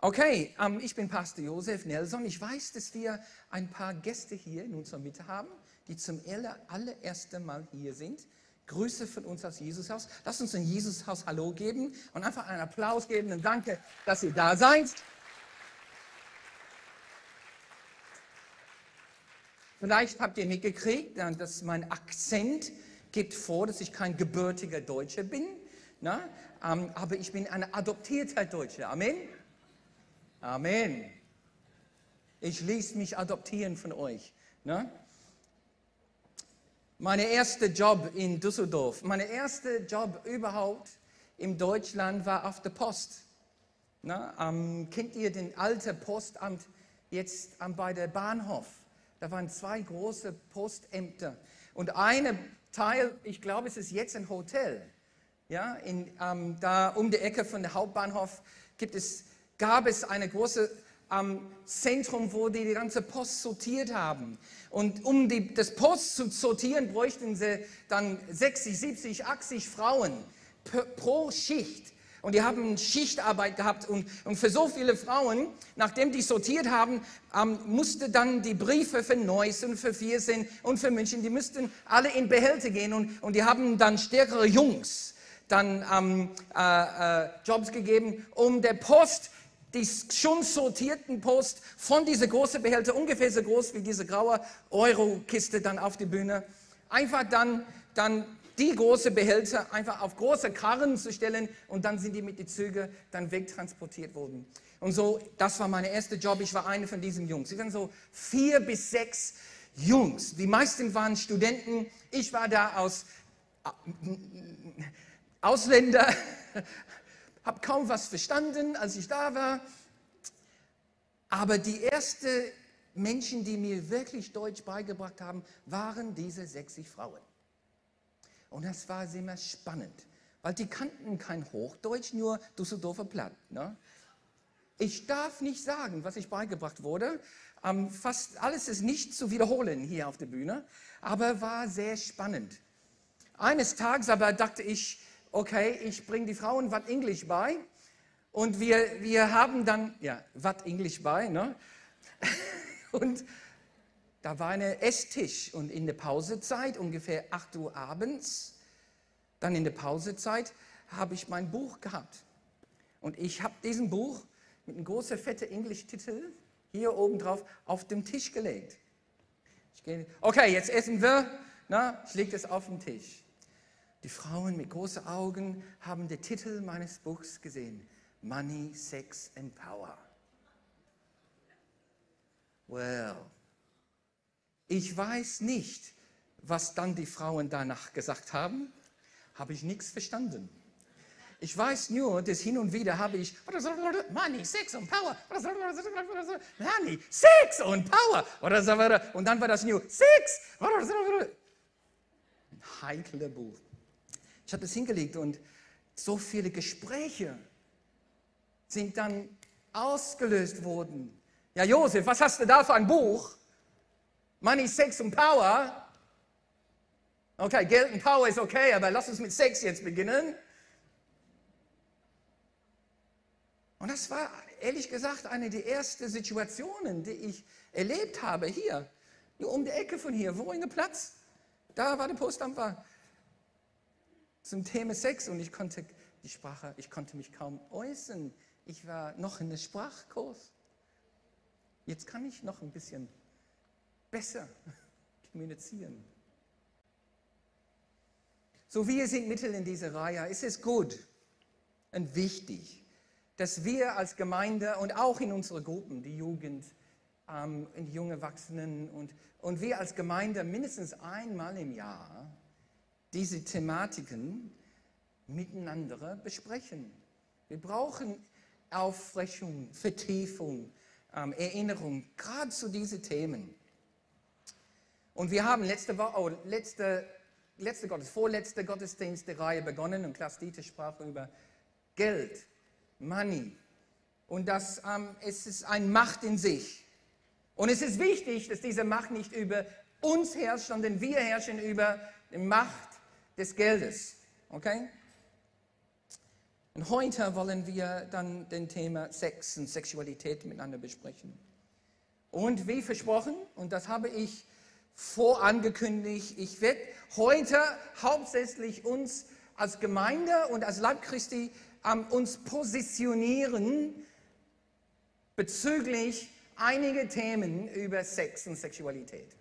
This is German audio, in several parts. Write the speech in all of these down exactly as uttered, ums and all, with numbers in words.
Okay, ähm, ich bin Pastor Josef Nelson. Ich weiß, dass wir ein paar Gäste hier in unserer Mitte haben, die zum aller, allerersten Mal hier sind. Grüße von uns aus Jesushaus. Lasst uns in Jesushaus Hallo geben und einfach einen Applaus geben und danke, dass ihr da seid. Vielleicht habt ihr mitgekriegt, dass mein Akzent gibt vor, dass ich kein gebürtiger Deutscher bin. Na? Ähm, aber ich bin ein adoptierter Deutscher. Amen. Amen. Ich ließ mich adoptieren von euch. Ne? Mein erster Job in Düsseldorf, mein erster Job überhaupt in Deutschland war auf der Post. Ne? Ähm, kennt ihr den alten Postamt jetzt ähm, bei der Bahnhof? Da waren zwei große Postämter und eine Teil, ich glaube, es ist jetzt ein Hotel. Ja, in, ähm, da um die Ecke von der Hauptbahnhof gibt es gab es ein großes ähm, Zentrum, wo die die ganze Post sortiert haben. Und um die, das Post zu sortieren, bräuchten sie dann sechzig, siebzig, achtzig Frauen p- pro Schicht. Und die haben Schichtarbeit gehabt. Und, und für so viele Frauen, nachdem die sortiert haben, ähm, musste dann die Briefe für Neuss und für Viersen und für München, die müssten alle in Behälter gehen. Und, und die haben dann stärkere Jungs dann ähm, äh, äh, Jobs gegeben, um der Post, die schon sortierten Post von dieser großen Behälter, ungefähr so groß wie diese graue Euro-Kiste dann auf die Bühne, einfach dann, dann die große Behälter einfach auf große Karren zu stellen und dann sind die mit den Zügen dann wegtransportiert worden. Und so, das war mein erster Job, ich war einer von diesen Jungs. Wir waren so vier bis sechs Jungs, die meisten waren Studenten, ich war da aus Ausländer, habe kaum was verstanden, als ich da war. Aber die ersten Menschen, die mir wirklich Deutsch beigebracht haben, waren diese sechzig Frauen. Und das war immer spannend, weil die kannten kein Hochdeutsch, nur Düsseldorfer Platt. Ne? Ich darf nicht sagen, was ich beigebracht wurde. Ähm, fast alles ist nicht zu wiederholen hier auf der Bühne, aber war sehr spannend. Eines Tages aber dachte ich, okay, ich bringe die Frauen was Englisch bei und wir, wir haben dann, ja, was Englisch bei, ne? Und da war ein Esstisch und in der Pausezeit, ungefähr acht Uhr abends, dann in der Pausezeit, habe ich mein Buch gehabt. Und ich habe diesen Buch mit einem großen, fetten Englisch-Titel hier oben drauf auf den Tisch gelegt. Ich gehe, okay, jetzt essen wir, na, ich lege das auf den Tisch. Die Frauen mit großen Augen haben den Titel meines Buchs gesehen. Money, Sex and Power. Well, ich weiß nicht, was dann die Frauen danach gesagt haben. Habe ich nichts verstanden. Ich weiß nur, dass hin und wieder habe ich Money, Sex und Power. Money, Sex und Power. Und dann war das New Sex. Ein heikler Buch. Ich habe das hingelegt und so viele Gespräche sind dann ausgelöst worden. Ja, Josef, was hast du da für ein Buch? Money, Sex und Power. Okay, Geld und Power ist okay, aber lass uns mit Sex jetzt beginnen. Und das war, ehrlich gesagt, eine der ersten Situationen, die ich erlebt habe hier. Nur um die Ecke von hier, wo in der Platz? Da war der Postamt war. Zum Thema Sex und ich konnte die Sprache, ich konnte mich kaum äußern. Ich war noch in der Sprachkurs. Jetzt kann ich noch ein bisschen besser kommunizieren. So, wir sind mitten in dieser Reihe. Es ist gut und wichtig, dass wir als Gemeinde und auch in unseren Gruppen, die Jugend, ähm, die jungen Erwachsenen und, und wir als Gemeinde mindestens einmal im Jahr diese Thematiken miteinander besprechen. Wir brauchen Auffrischung, Vertiefung, ähm, Erinnerung, gerade zu diesen Themen. Und wir haben letzte Woche, oh, letzte, letzte Gottes, vorletzte Gottesdienst der Reihe begonnen und Klaus Dieter sprach über Geld, Money. Und das, ähm, es ist eine Macht in sich. Und es ist wichtig, dass diese Macht nicht über uns herrscht, sondern wir herrschen über die Macht des Geldes. Okay? Und heute wollen wir dann den Thema Sex und Sexualität miteinander besprechen. Und wie versprochen, und das habe ich vorangekündigt, ich werde heute hauptsächlich uns als Gemeinde und als Leib Christi um, uns positionieren bezüglich einiger Themen über Sex und Sexualität.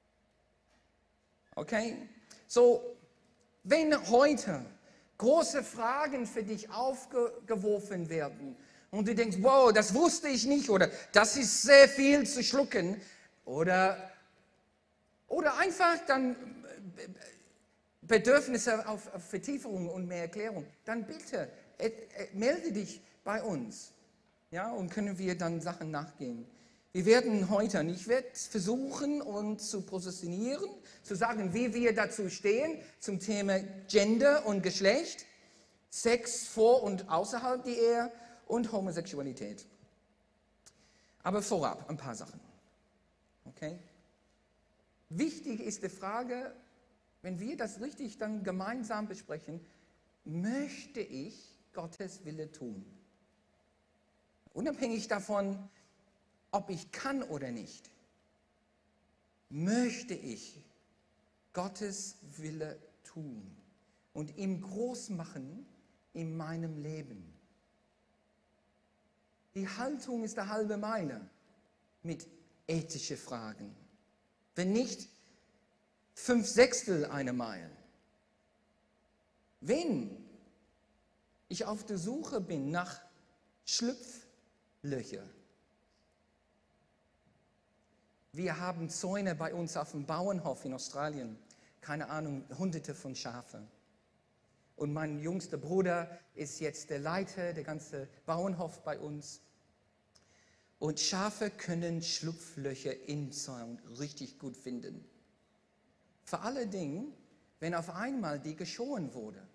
Okay? So, wenn heute große Fragen für dich aufgeworfen werden und du denkst, wow, das wusste ich nicht oder das ist sehr viel zu schlucken oder, oder einfach dann Bedürfnisse auf, auf Vertiefung und mehr Erklärung, dann bitte äh, äh, melde dich bei uns, ja, und können wir dann Sachen nachgehen. Wir werden heute, und ich werde versuchen, uns zu positionieren, zu sagen, wie wir dazu stehen, zum Thema Gender und Geschlecht, Sex vor und außerhalb der Ehe und Homosexualität. Aber vorab ein paar Sachen. Okay? Wichtig ist die Frage, wenn wir das richtig dann gemeinsam besprechen, möchte ich Gottes Wille tun? Unabhängig davon, ob ich kann oder nicht, möchte ich Gottes Wille tun und ihn groß machen in meinem Leben. Die Haltung ist eine halbe Meile mit ethischen Fragen. Wenn nicht fünf Sechstel eine Meile. Wenn ich auf der Suche bin nach Schlupflöchern, wir haben Zäune bei uns auf dem Bauernhof in Australien. Keine Ahnung, hunderte von Schafen. Und mein jüngster Bruder ist jetzt der Leiter, der ganze Bauernhof bei uns. Und Schafe können Schlupflöcher im Zaun richtig gut finden. Vor allen Dingen, wenn auf einmal die geschoren wurde.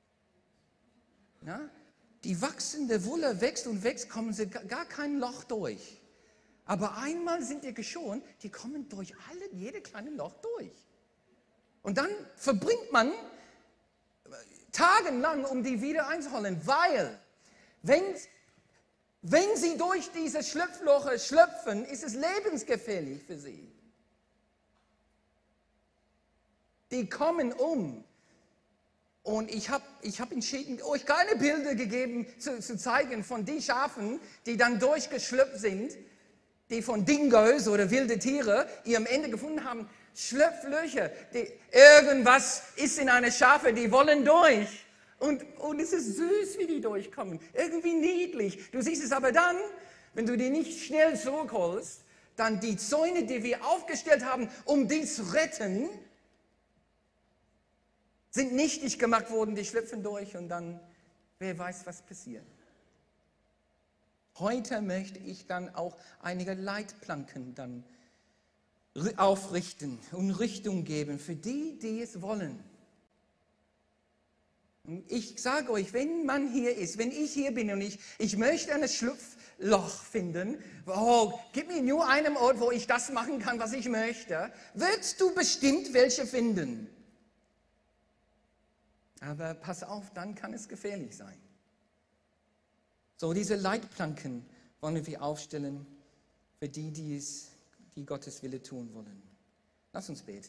Ja? Die wachsende Wolle wächst und wächst, kommen sie gar kein Loch durch. Aber einmal sind die geschoren, die kommen durch alle, jede kleine Loch durch. Und dann verbringt man tagelang, um die wieder einzuholen, weil wenn, wenn sie durch diese Schlupfloch schlüpfen, ist es lebensgefährlich für sie. Die kommen um. Und ich habe ich hab entschieden, euch keine Bilder gegeben, zu, zu zeigen von den Schafen, die dann durchgeschlüpft sind, die von Dingos oder wilde Tiere ihrem Ende gefunden haben. Schlupflöcher, die, irgendwas ist in eine Schafe, die wollen durch. Und, und es ist süß, wie die durchkommen. Irgendwie niedlich. Du siehst es aber dann, wenn du die nicht schnell zurückholst, dann die Zäune, die wir aufgestellt haben, um die zu retten, sind nichtig gemacht worden, die schlüpfen durch und dann, wer weiß, was passiert. Heute möchte ich dann auch einige Leitplanken dann aufrichten und Richtung geben für die, die es wollen. Ich sage euch, wenn man hier ist, wenn ich hier bin und ich, ich möchte ein Schlupfloch finden, oh, gib mir nur einen Ort, wo ich das machen kann, was ich möchte, wirst du bestimmt welche finden. Aber pass auf, dann kann es gefährlich sein. So, diese Leitplanken wollen wir aufstellen für die, die, es, die Gottes Wille tun wollen. Lass uns beten.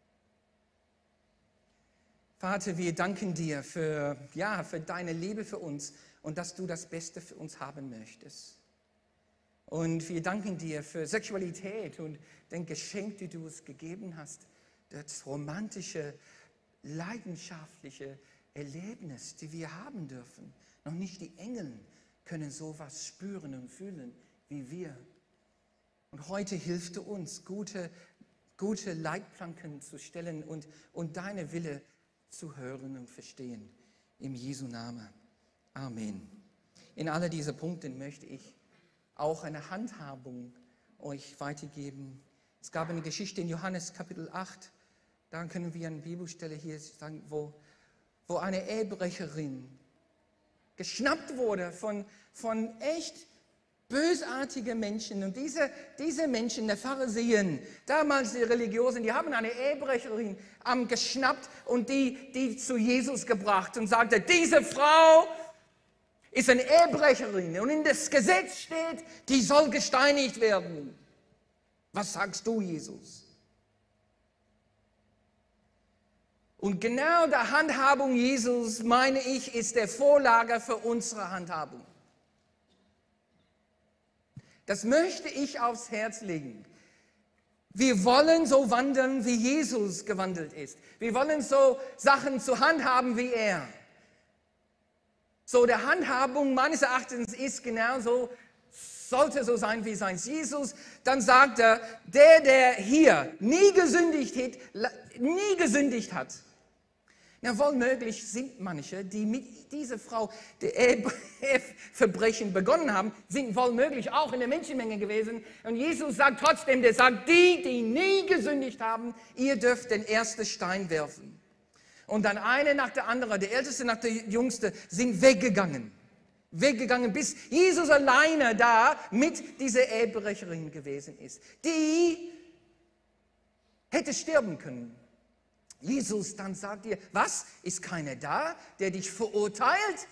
Vater, wir danken dir für, ja, für deine Liebe für uns und dass du das Beste für uns haben möchtest. Und wir danken dir für Sexualität und den Geschenk, die du uns gegeben hast, das romantische, leidenschaftliche Erlebnis, die wir haben dürfen. Noch nicht die Engel können sowas spüren und fühlen wie wir. Und heute hilft du uns, gute, gute Leitplanken zu stellen und, und deine Wille zu hören und verstehen. Im Jesu Namen. Amen. In alle diese Punkte möchte ich auch eine Handhabung euch weitergeben. Es gab eine Geschichte in Johannes Kapitel acht, da können wir eine Bibelstelle hier sagen, wo, wo eine Ehebrecherin geschnappt wurde von, von echt bösartigen Menschen. Und diese, diese Menschen, der Pharisäer, damals die Religiösen, die haben eine Ehebrecherin ähm, geschnappt und die, die zu Jesus gebracht und sagte, diese Frau ist eine Ehebrecherin und in das Gesetz steht, die soll gesteinigt werden. Was sagst du, Jesus? Und genau der Handhabung Jesus, meine ich, ist der Vorlage für unsere Handhabung. Das möchte ich aufs Herz legen. Wir wollen so wandeln, wie Jesus gewandelt ist. Wir wollen so Sachen zu handhaben wie er. So, der Handhabung meines Erachtens ist genauso, sollte so sein wie sein Jesus. Dann sagt er, der, der hier nie gesündigt hat, nie gesündigt hat. Na, wohlmöglich sind manche, die mit dieser Frau die Verbrechen begonnen haben, sind wohlmöglich auch in der Menschenmenge gewesen. Und Jesus sagt trotzdem, der sagt, die, die nie gesündigt haben, ihr dürft den ersten Stein werfen. Und dann eine nach der anderen, der Älteste nach der Jüngste, sind weggegangen. Weggegangen, bis Jesus alleine da mit dieser Ehebrecherin gewesen ist. Die hätte sterben können. Jesus dann sagt ihr, was, ist keiner da, der dich verurteilt?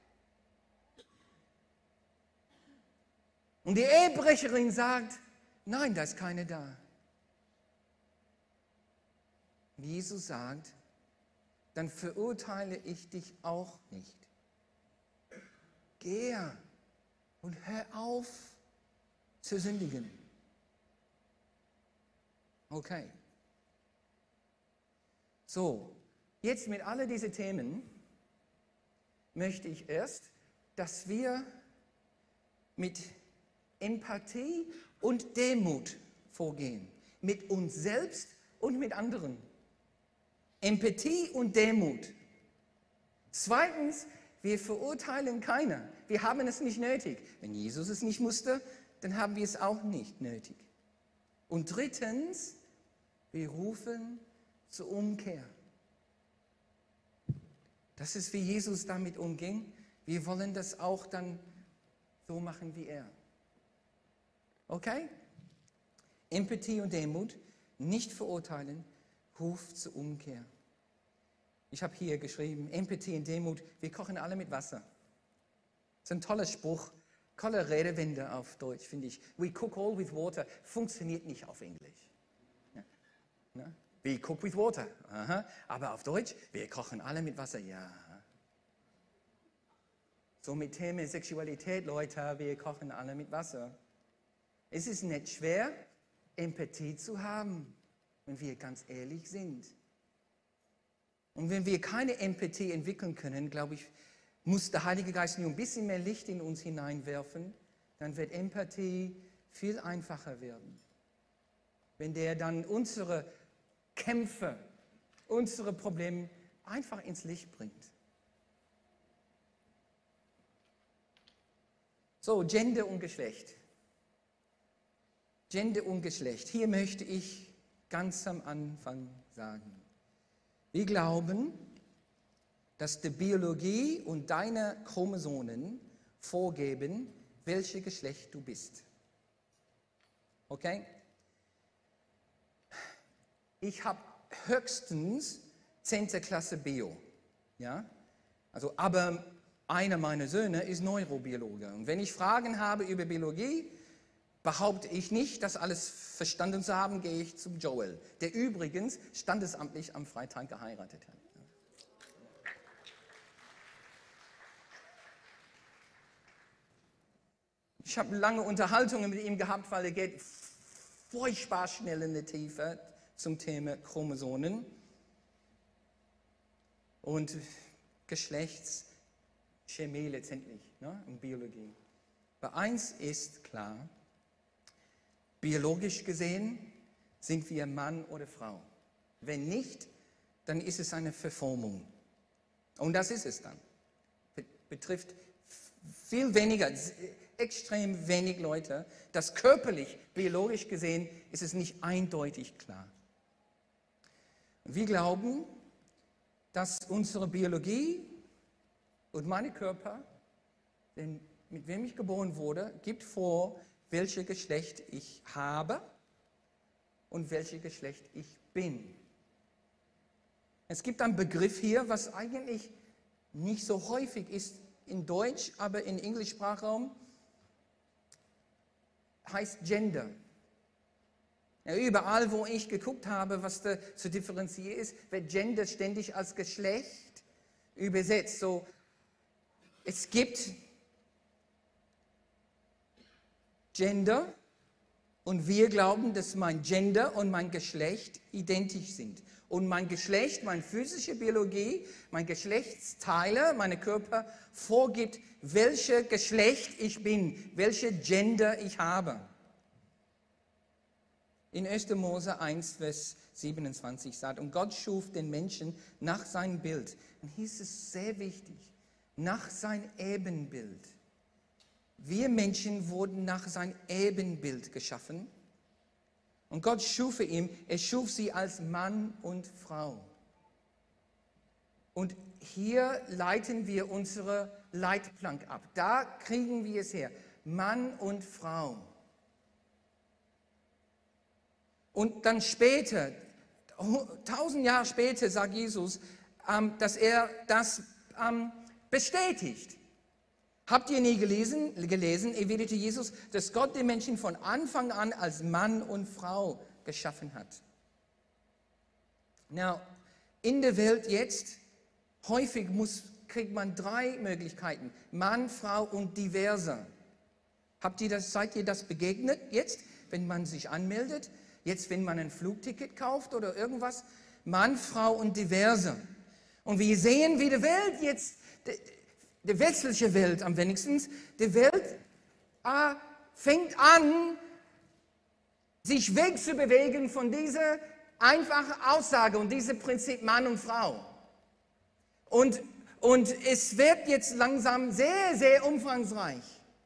Und die Ehebrecherin sagt, nein, da ist keiner da. Und Jesus sagt, dann verurteile ich dich auch nicht. Geh und hör auf zu sündigen. Okay. So, jetzt mit all diesen Themen möchte ich erst, dass wir mit Empathie und Demut vorgehen. Mit uns selbst und mit anderen. Empathie und Demut. Zweitens, wir verurteilen keiner. Wir haben es nicht nötig. Wenn Jesus es nicht musste, dann haben wir es auch nicht nötig. Und drittens, wir rufen zur Umkehr. Das ist, wie Jesus damit umging. Wir wollen das auch dann so machen wie er. Okay? Empathie und Demut, nicht verurteilen, ruft zur Umkehr. Ich habe hier geschrieben, Empathie und Demut, wir kochen alle mit Wasser. Das ist ein toller Spruch, tolle Redewende auf Deutsch, finde ich. We cook all with water, funktioniert nicht auf Englisch. Ja? Ja? We cook with water. Aha. Aber auf Deutsch, wir kochen alle mit Wasser. Ja. So mit Thema Sexualität, Leute, wir kochen alle mit Wasser. Es ist nicht schwer, Empathie zu haben, wenn wir ganz ehrlich sind. Und wenn wir keine Empathie entwickeln können, glaube ich, muss der Heilige Geist nur ein bisschen mehr Licht in uns hineinwerfen, dann wird Empathie viel einfacher werden. Wenn der dann unsere Kämpfe, unsere Probleme einfach ins Licht bringt. So, Gender und Geschlecht. Gender und Geschlecht. Hier möchte ich ganz am Anfang sagen, wir glauben, dass die Biologie und deine Chromosomen vorgeben, welches Geschlecht du bist. Okay? Ich habe höchstens zehnte Klasse Bio. Ja? Also, aber einer meiner Söhne ist Neurobiologe. Und wenn ich Fragen habe über Biologie, behaupte ich nicht, das alles verstanden zu haben, gehe ich zum Joel, der übrigens standesamtlich am Freitag geheiratet hat. Ich habe lange Unterhaltungen mit ihm gehabt, weil er geht furchtbar schnell in die Tiefe zum Thema Chromosomen und Geschlechtschemie letztendlich, ne, in Biologie. Aber eins ist klar, biologisch gesehen sind wir Mann oder Frau. Wenn nicht, dann ist es eine Verformung. Und das ist es dann. Betrifft viel weniger, extrem wenig Leute. Das körperlich, biologisch gesehen, ist es nicht eindeutig klar. Und wir glauben, dass unsere Biologie und mein Körper, denn mit wem ich geboren wurde, gibt vor, welches Geschlecht ich habe und welches Geschlecht ich bin. Es gibt einen Begriff hier, was eigentlich nicht so häufig ist in Deutsch, aber im Englischsprachraum heißt Gender. Ja, überall, wo ich geguckt habe, was da zu differenzieren ist, wird Gender ständig als Geschlecht übersetzt. So, es gibt Gender und wir glauben, dass mein Gender und mein Geschlecht identisch sind. Und mein Geschlecht, meine physische Biologie, mein Geschlechtsteile, meine Körper vorgibt, welches Geschlecht ich bin, welche Gender ich habe. In erster Mose eins, Vers siebenundzwanzig sagt, und Gott schuf den Menschen nach seinem Bild. Und hier ist es sehr wichtig, nach seinem Ebenbild. Wir Menschen wurden nach seinem Ebenbild geschaffen. Und Gott schuf ihn, er schuf sie als Mann und Frau. Und hier leiten wir unsere Leitplanke ab. Da kriegen wir es her. Mann und Frau. Und dann später, tausend Jahre später, sagt Jesus, dass er das bestätigt. Habt ihr nie gelesen, gelesen, erwiderte Jesus, dass Gott den Menschen von Anfang an als Mann und Frau geschaffen hat? Now, in der Welt jetzt, häufig muss, kriegt man drei Möglichkeiten. Mann, Frau und diverse. Habt ihr das, seid ihr das begegnet jetzt, wenn man sich anmeldet? Jetzt, wenn man ein Flugticket kauft oder irgendwas? Mann, Frau und diverse. Und wir sehen, wie die Welt jetzt... Die westliche Welt am wenigsten, die Welt äh, fängt an, sich wegzubewegen von dieser einfachen Aussage und diesem Prinzip Mann und Frau. Und, und es wird jetzt langsam sehr, sehr umfangreich.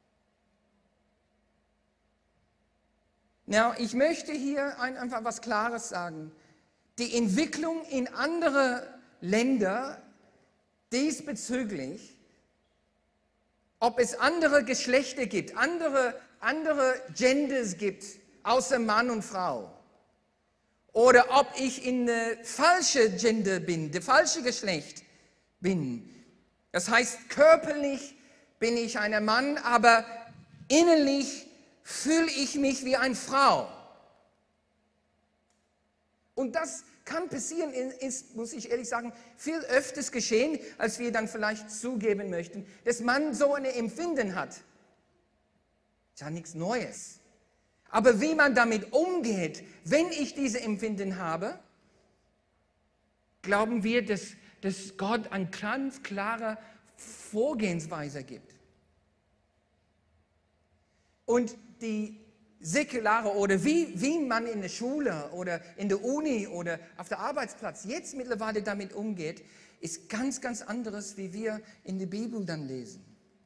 Now, ich möchte hier ein, einfach was Klares sagen. Die Entwicklung in anderen Ländern diesbezüglich, ob es andere Geschlechter gibt, andere, andere Genders gibt, außer Mann und Frau. Oder ob ich in der falschen Gender bin, der falsche Geschlecht bin. Das heißt, körperlich bin ich ein Mann, aber innerlich fühle ich mich wie eine Frau. Und das kann passieren, ist, muss ich ehrlich sagen, viel öfters geschehen, als wir dann vielleicht zugeben möchten, dass man so ein Empfinden hat. Ist ja nichts Neues. Aber wie man damit umgeht, wenn ich diese Empfinden habe, glauben wir, dass, dass Gott eine ganz klare Vorgehensweise gibt. Und die säkulare oder wie, wie man in der Schule oder in der Uni oder auf der Arbeitsplatz jetzt mittlerweile damit umgeht, ist ganz, ganz anderes, wie wir in der Bibel dann lesen.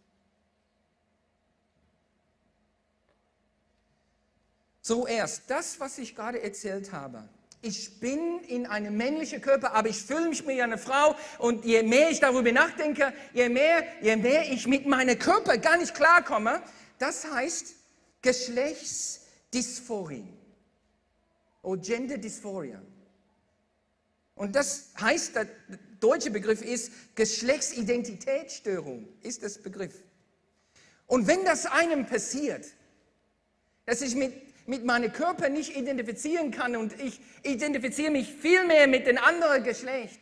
Zuerst, das, was ich gerade erzählt habe. Ich bin in einem männlichen Körper, aber ich fühle mich wie eine Frau und je mehr ich darüber nachdenke, je mehr, je mehr ich mit meinem Körper gar nicht klarkomme, das heißt, Geschlechtsdysphorie oder Gender Dysphoria. Und das heißt, der deutsche Begriff ist Geschlechtsidentitätsstörung, ist das Begriff. Und wenn das einem passiert, dass ich mit, mit meinem Körper nicht identifizieren kann und ich identifiziere mich viel mehr mit dem anderen Geschlecht,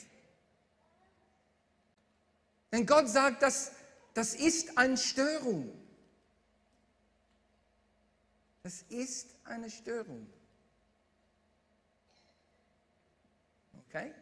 denn Gott sagt, das, das ist eine Störung. Das ist eine Störung. Okay?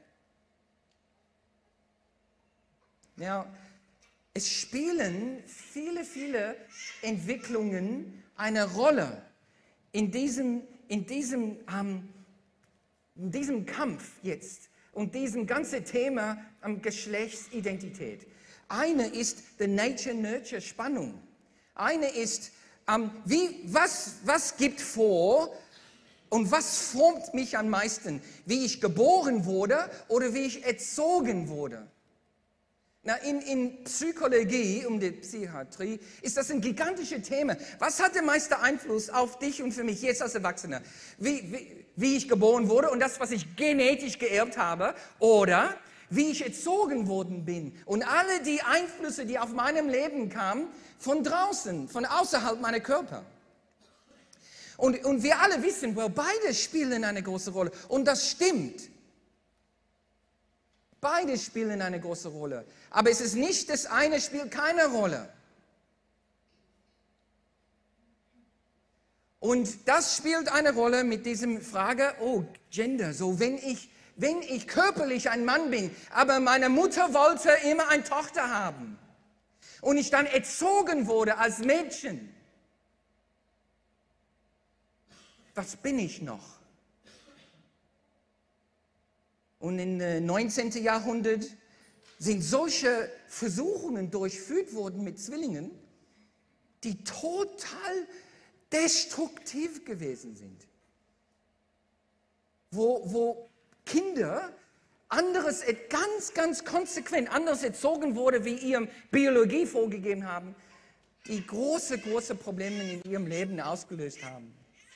Ja, es spielen viele, viele Entwicklungen eine Rolle in diesem, in diesem, ähm, in diesem Kampf jetzt und diesem ganzen Thema ähm, Geschlechtsidentität. Eine ist die Nature-Nurture-Spannung. Eine ist Um, wie, was, was gibt vor und was formt mich am meisten? Wie ich geboren wurde oder wie ich erzogen wurde? Na, in, in Psychologie, um die Psychiatrie, ist das ein gigantisches Thema. Was hat den meisten Einfluss auf dich und für mich jetzt als Erwachsener? Wie, wie, wie ich geboren wurde und das, was ich genetisch geerbt habe? Oder wie ich erzogen worden bin und alle die Einflüsse, die auf meinem Leben kamen, von draußen, von außerhalb meiner Körper. Und, und wir alle wissen, well, beide spielen eine große Rolle. Und das stimmt. Beide spielen eine große Rolle. Aber es ist nicht, das eine spielt keine Rolle. Und das spielt eine Rolle mit diesem Frage, oh, Gender. So, wenn ich, wenn ich körperlich ein Mann bin, aber meine Mutter wollte immer eine Tochter haben und ich dann erzogen wurde als Mädchen, was bin ich noch? Und im neunzehnten Jahrhundert sind solche Versuchungen durchgeführt worden mit Zwillingen, die total destruktiv gewesen sind. Wo, wo Kinder anderes, ganz, ganz konsequent anders erzogen wurde, wie ihrem Biologie vorgegeben haben, die große, große Probleme in ihrem Leben ausgelöst haben.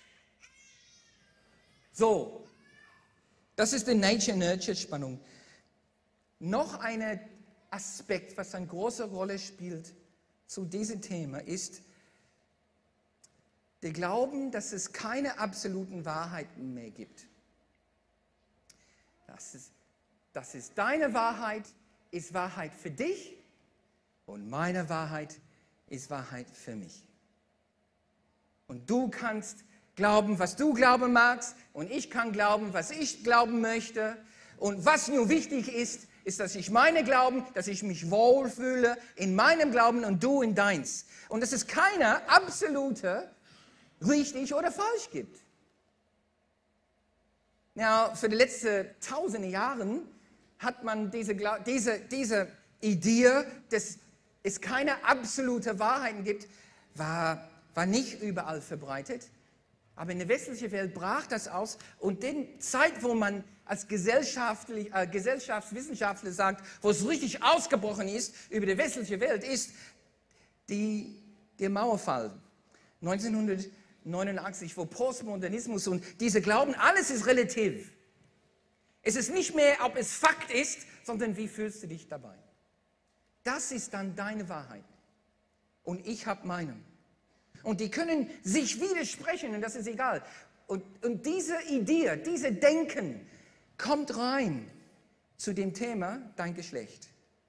So, das ist die Nature-Nurture-Spannung. Noch ein Aspekt, was eine große Rolle spielt zu diesem Thema, ist der Glauben, dass es keine absoluten Wahrheiten mehr gibt. Das ist, das ist deine Wahrheit, ist Wahrheit für dich und meine Wahrheit ist Wahrheit für mich. Und du kannst glauben, was du glauben magst und ich kann glauben, was ich glauben möchte. Und was nur wichtig ist, ist, dass ich meine Glauben, dass ich mich wohlfühle in meinem Glauben und du in deins. Und dass es keine absolute richtig oder falsch gibt. Ja, für die letzten tausende Jahre hat man diese, diese, diese Idee, dass es keine absolute Wahrheiten gibt, war, war nicht überall verbreitet. Aber in der westlichen Welt brach das aus und die Zeit, wo man als gesellschaftlich, äh, Gesellschaftswissenschaftler sagt, wo es richtig ausgebrochen ist über die westliche Welt, ist die, der Mauerfall neunzehnhundertneunundachtzig, wo Postmodernismus und diese Glauben, alles ist relativ. Es ist nicht mehr, ob es Fakt ist, sondern wie fühlst du dich dabei. Das ist dann deine Wahrheit. Und ich habe meine. Und die können sich widersprechen und das ist egal. Und, und diese Idee, diese Denken kommt rein zu dem Thema dein Geschlecht.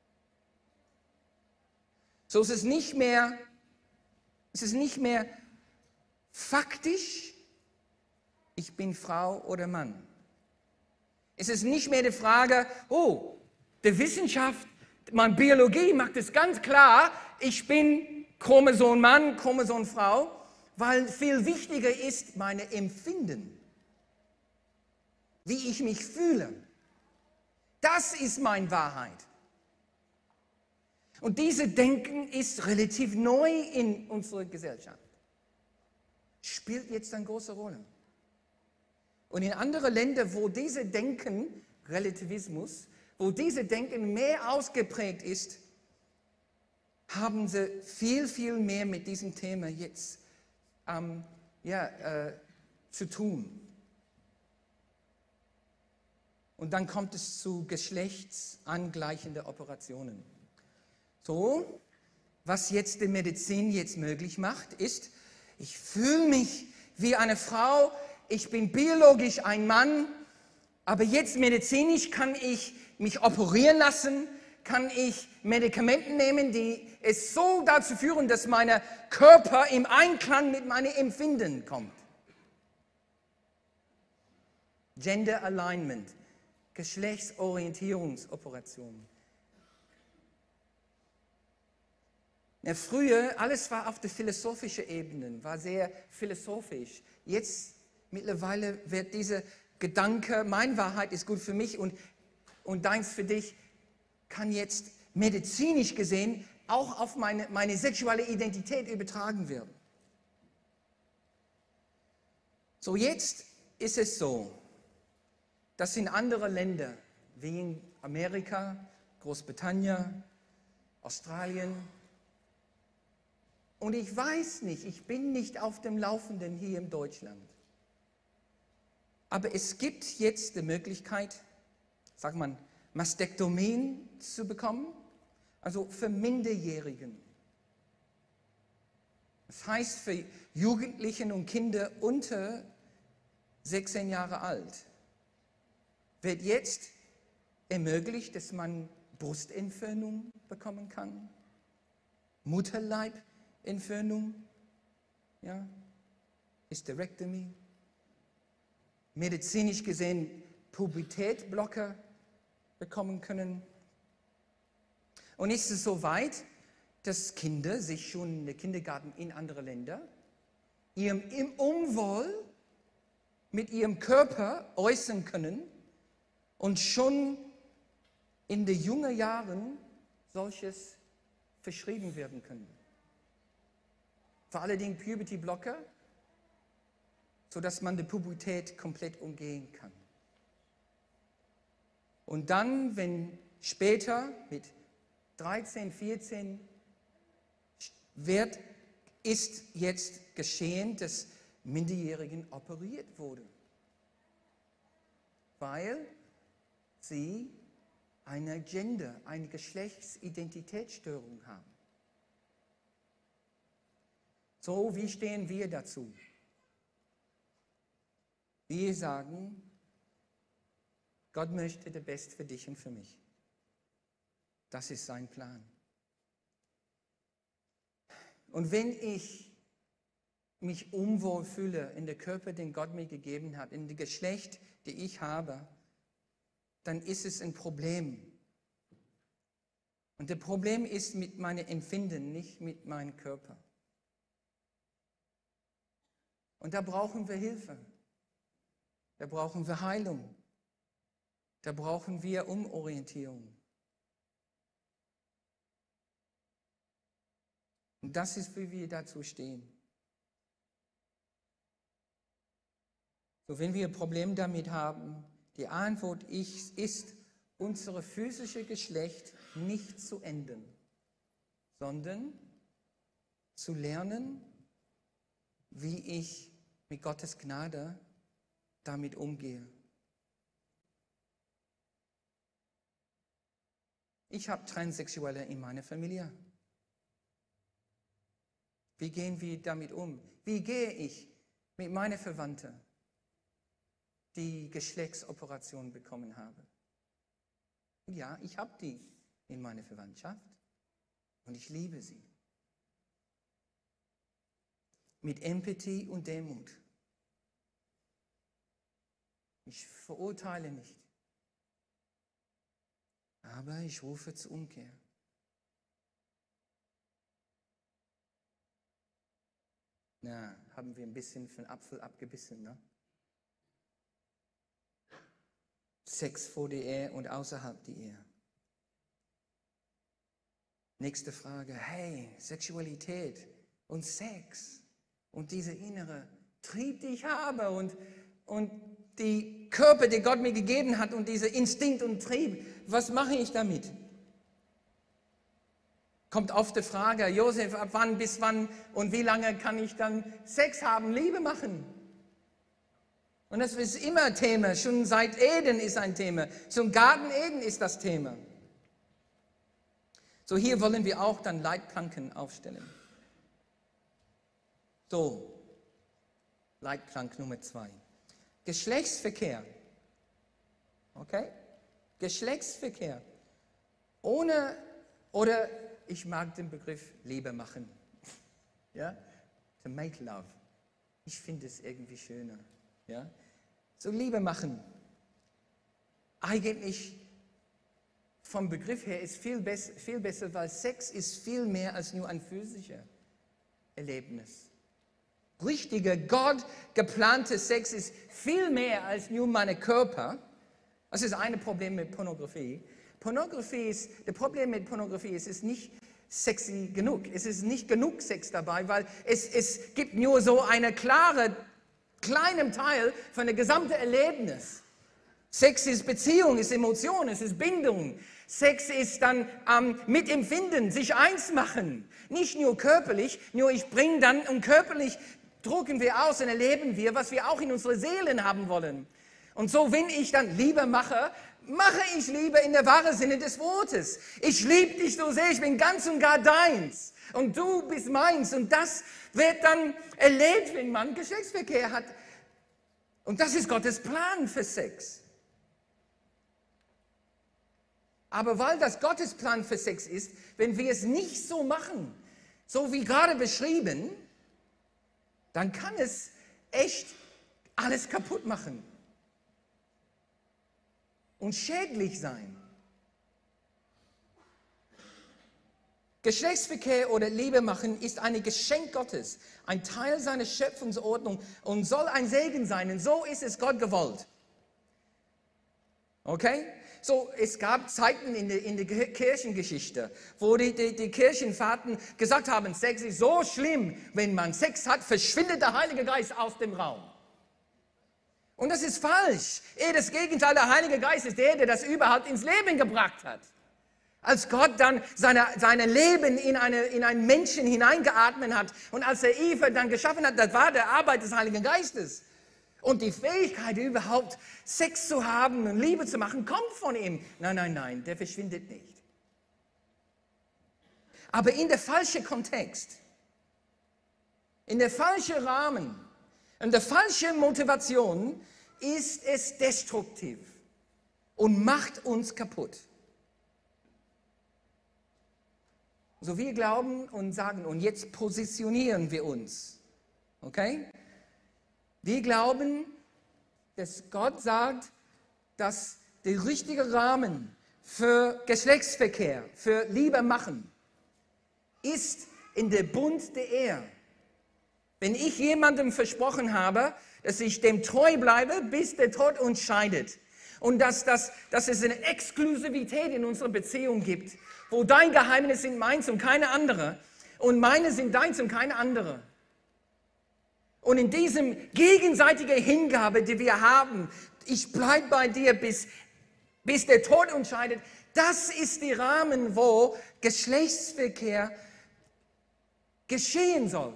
So ist es nicht mehr, es ist nicht mehr faktisch, ich bin Frau oder Mann. Es ist nicht mehr die Frage, oh, die Wissenschaft, meine Biologie macht es ganz klar, ich bin Chromosom Mann, Chromosom Frau, weil viel wichtiger ist meine Empfinden, wie ich mich fühle. Das ist meine Wahrheit. Und dieses Denken ist relativ neu in unserer Gesellschaft. Spielt jetzt eine große Rolle. Und in anderen Ländern, wo diese Denken, Relativismus, wo diese Denken mehr ausgeprägt ist, haben sie viel, viel mehr mit diesem Thema jetzt ähm, ja, äh, zu tun. Und dann kommt es zu geschlechtsangleichenden Operationen. So, was jetzt die Medizin jetzt möglich macht, ist, ich fühle mich wie eine Frau, ich bin biologisch ein Mann, aber jetzt medizinisch kann ich mich operieren lassen, kann ich Medikamente nehmen, die es so dazu führen, dass mein Körper im Einklang mit meinen Empfinden kommt. Gender Alignment, Geschlechtsorientierungsoperationen. Ja, früher, alles war auf der philosophischen Ebene, war sehr philosophisch. Jetzt, mittlerweile wird dieser Gedanke, meine Wahrheit ist gut für mich und, und deins für dich, kann jetzt medizinisch gesehen auch auf meine, meine sexuelle Identität übertragen werden. So, jetzt ist es so, dass in anderen Ländern, wie in Amerika, Großbritannien, Australien, und ich weiß nicht, ich bin nicht auf dem Laufenden hier in Deutschland, aber es gibt jetzt die Möglichkeit, sagt man, Mastektomien zu bekommen, also für Minderjährigen. Das heißt für Jugendlichen und Kinder unter sechzehn Jahre alt, wird jetzt ermöglicht, dass man Brustentfernung bekommen kann, Mutterleibentfernung, ja, Hysterektomie, medizinisch gesehen Pubertätblocker bekommen können. Und ist es so weit, dass Kinder sich schon in der Kindergarten in andere Länder ihrem im Unwohl mit ihrem Körper äußern können und schon in den jungen Jahren solches verschrieben werden können. Vor allen Dingen Puberty-Blocker, sodass man die Pubertät komplett umgehen kann. Und dann, wenn später mit dreizehn, vierzehn wird, ist jetzt geschehen, dass Minderjährigen operiert wurde, weil sie eine Gender, eine Geschlechtsidentitätsstörung haben. So, wie stehen wir dazu? Wir sagen, Gott möchte das Beste für dich und für mich. Das ist sein Plan. Und wenn ich mich unwohl fühle in dem Körper, den Gott mir gegeben hat, in dem Geschlecht, das ich habe, dann ist es ein Problem. Und das Problem ist mit meinem Empfinden, nicht mit meinem Körper. Und da brauchen wir Hilfe. Da brauchen wir Heilung. Da brauchen wir Umorientierung. Und das ist, wie wir dazu stehen. So, wenn wir ein Problem damit haben, die Antwort ist, unser physisches Geschlecht nicht zu ändern, sondern zu lernen, wie ich mit Gottes Gnade damit umgehe. Ich habe Transsexuelle in meiner Familie. Wie gehen wir damit um? Wie gehe ich mit meinen Verwandten, die Geschlechtsoperation bekommen haben? Ja, ich habe die in meiner Verwandtschaft und ich liebe sie. Mit Empathie und Demut. Ich verurteile nicht, aber ich rufe zur Umkehr. Na, haben wir ein bisschen von Apfel abgebissen, ne? Sex vor der Ehe und außerhalb der Ehe. Nächste Frage. Hey, Sexualität und Sex und dieser innere Trieb, den ich habe und, und die Körper, die Gott mir gegeben hat und dieser Instinkt und Trieb, was mache ich damit? Kommt oft die Frage, Josef, ab wann, bis wann und wie lange kann ich dann Sex haben, Liebe machen? Und das ist immer ein Thema, schon seit Eden ist ein Thema, zum Garten Eden ist das Thema. So, hier wollen wir auch dann Leitplanken aufstellen. So, Leitplank Nummer zwei. Geschlechtsverkehr. Okay? Geschlechtsverkehr. Ohne, oder ich mag den Begriff Liebe machen. Ja? To make love. Ich finde es irgendwie schöner. Ja? So Liebe machen. Eigentlich vom Begriff her ist viel, bess- viel besser, weil Sex ist viel mehr als nur ein physisches Erlebnis. Richtiger, Gott geplanter Sex ist viel mehr als nur mein Körper. Das ist ein Problem mit Pornografie. Pornografie ist, das Problem mit Pornografie ist, es ist nicht sexy genug. Es ist nicht genug Sex dabei, weil es, es gibt nur so einen klaren, kleinen Teil von dem gesamten Erlebnis. Sex ist Beziehung, ist Emotion, es ist Bindung. Sex ist dann ähm, Mitempfinden, sich eins machen. Nicht nur körperlich, nur ich bringe dann und körperlich drucken wir aus und erleben wir, was wir auch in unsere Seelen haben wollen. Und so, wenn ich dann Liebe mache, mache ich Liebe in der wahren Sinne des Wortes. Ich liebe dich so sehr, ich bin ganz und gar deins. Und du bist meins. Und das wird dann erlebt, wenn man Geschlechtsverkehr hat. Und das ist Gottes Plan für Sex. Aber weil das Gottes Plan für Sex ist, wenn wir es nicht so machen, so wie gerade beschrieben, dann kann es echt alles kaputt machen und schädlich sein. Geschlechtsverkehr oder Liebe machen ist ein Geschenk Gottes, ein Teil seiner Schöpfungsordnung und soll ein Segen sein. Und so ist es Gott gewollt. Okay? So, es gab Zeiten in der, in der Kirchengeschichte, wo die, die, die Kirchenväter gesagt haben, Sex ist so schlimm, wenn man Sex hat, verschwindet der Heilige Geist aus dem Raum. Und das ist falsch. Eher das Gegenteil, der Heilige Geist ist der, der das überhaupt ins Leben gebracht hat. Als Gott dann seine, seine Leben in, eine, in einen Menschen hineingeatmet hat und als er Eva dann geschaffen hat, das war der Arbeit des Heiligen Geistes. Und die Fähigkeit überhaupt, Sex zu haben und Liebe zu machen, kommt von ihm. Nein, nein, nein, der verschwindet nicht. Aber in der falschen Kontext, in der falschen Rahmen, in der falschen Motivation ist es destruktiv und macht uns kaputt. So wir glauben und sagen, und jetzt positionieren wir uns. Okay? Wir glauben, dass Gott sagt, dass der richtige Rahmen für Geschlechtsverkehr, für Liebe machen, ist in der Bund der Ehe. Wenn ich jemandem versprochen habe, dass ich dem treu bleibe, bis der Tod uns scheidet. Und dass, dass, dass es eine Exklusivität in unserer Beziehung gibt, wo dein Geheimnis sind meins und keine andere und meine sind deins und keine andere. Und in diesem gegenseitigen Hingabe, die wir haben, ich bleibe bei dir, bis, bis der Tod uns scheidet, das ist der Rahmen, wo Geschlechtsverkehr geschehen soll.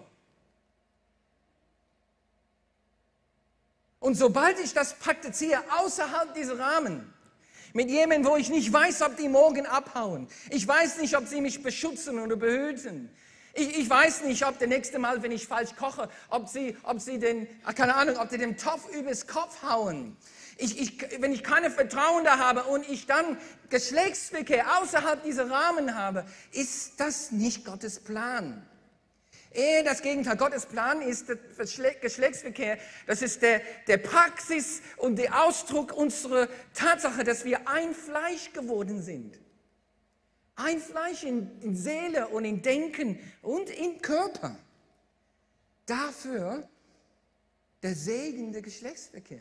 Und sobald ich das praktiziere, außerhalb dieser Rahmen, mit jemandem, wo ich nicht weiß, ob die morgen abhauen, ich weiß nicht, ob sie mich beschützen oder behüten, Ich, ich weiß nicht, ob das nächste Mal, wenn ich falsch koche, ob sie, ob sie den, keine Ahnung, ob die den Topf übers Kopf hauen. Ich, ich, wenn ich keine Vertrauen da habe und ich dann Geschlechtsverkehr außerhalb dieser Rahmen habe, ist das nicht Gottes Plan. Eher das Gegenteil. Gottes Plan ist der Geschlechtsverkehr. Das ist der, der Praxis und der Ausdruck unserer Tatsache, dass wir ein Fleisch geworden sind. Ein Fleisch in, in Seele und in Denken und in Körper. Dafür der Segen der Geschlechtsverkehr.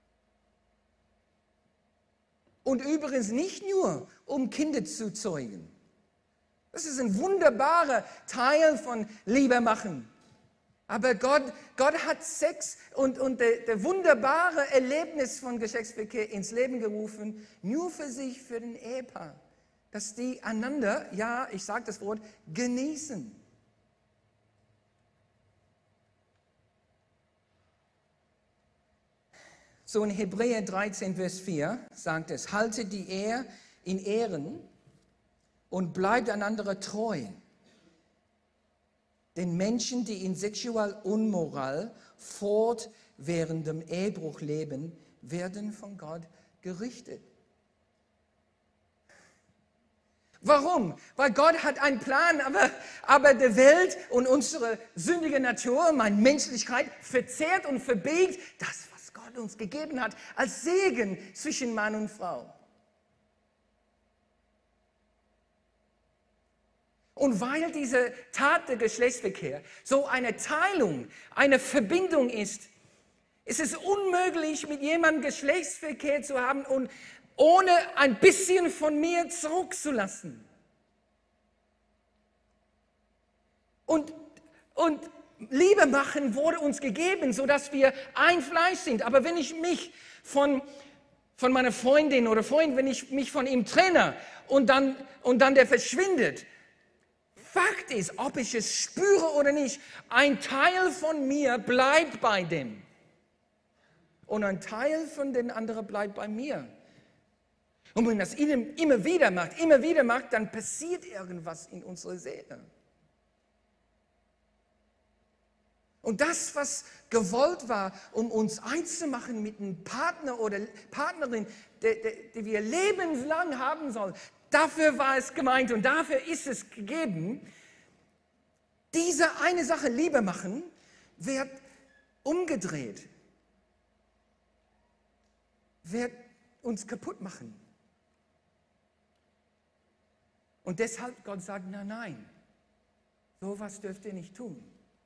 Und übrigens nicht nur, um Kinder zu zeugen. Das ist ein wunderbarer Teil von Liebe machen. Aber Gott, Gott hat Sex und, und der, der wunderbare Erlebnis von Geschlechtsverkehr ins Leben gerufen, nur für sich, für den Ehepaar. Dass die einander, ja, ich sage das Wort, genießen. So in Hebräer dreizehn, Vers vier sagt es, haltet die Ehe in Ehren und bleibt einander treu. Denn Menschen, die in Sexualunmoral fortwährendem Ehebruch leben, werden von Gott gerichtet. Warum? Weil Gott hat einen Plan, aber, aber die Welt und unsere sündige Natur, meine Menschlichkeit, verzehrt und verbiegt das, was Gott uns gegeben hat, als Segen zwischen Mann und Frau. Und weil diese Tat der Geschlechtsverkehr so eine Teilung, eine Verbindung ist, ist es unmöglich, mit jemandem Geschlechtsverkehr zu haben und ohne ein bisschen von mir zurückzulassen. Und, und Liebe machen wurde uns gegeben, sodass wir ein Fleisch sind. Aber wenn ich mich von, von meiner Freundin oder Freund, wenn ich mich von ihm trenne und dann, und dann der verschwindet, Fakt ist, ob ich es spüre oder nicht, ein Teil von mir bleibt bei dem. und ein Teil von den anderen bleibt bei mir. Und wenn das immer wieder macht, immer wieder macht, dann passiert irgendwas in unserer Seele. Und das, was gewollt war, um uns eins zu machen mit einem Partner oder Partnerin, die, die, die wir lebenslang haben sollen, dafür war es gemeint und dafür ist es gegeben. Diese eine Sache, Liebe machen, wird umgedreht, wird uns kaputt machen. Und deshalb Gott sagt, nein, nein, sowas dürft ihr nicht tun.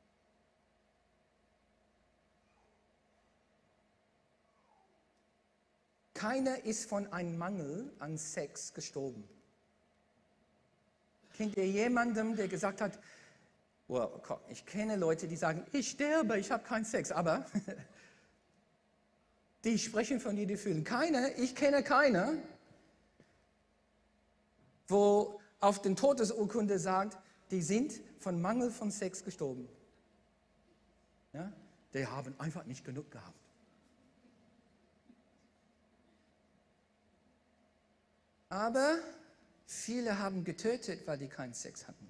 Keiner ist von einem Mangel an Sex gestorben. Kennt ihr jemanden, der gesagt hat, well, ich kenne Leute, die sagen, ich sterbe, ich habe keinen Sex, aber die sprechen von ihren Gefühlen. Keiner, ich kenne keiner, wo auf den Todesurkunde sagt, die sind von Mangel von Sex gestorben. Ja? Die haben einfach nicht genug gehabt. Aber viele haben getötet, weil die keinen Sex hatten.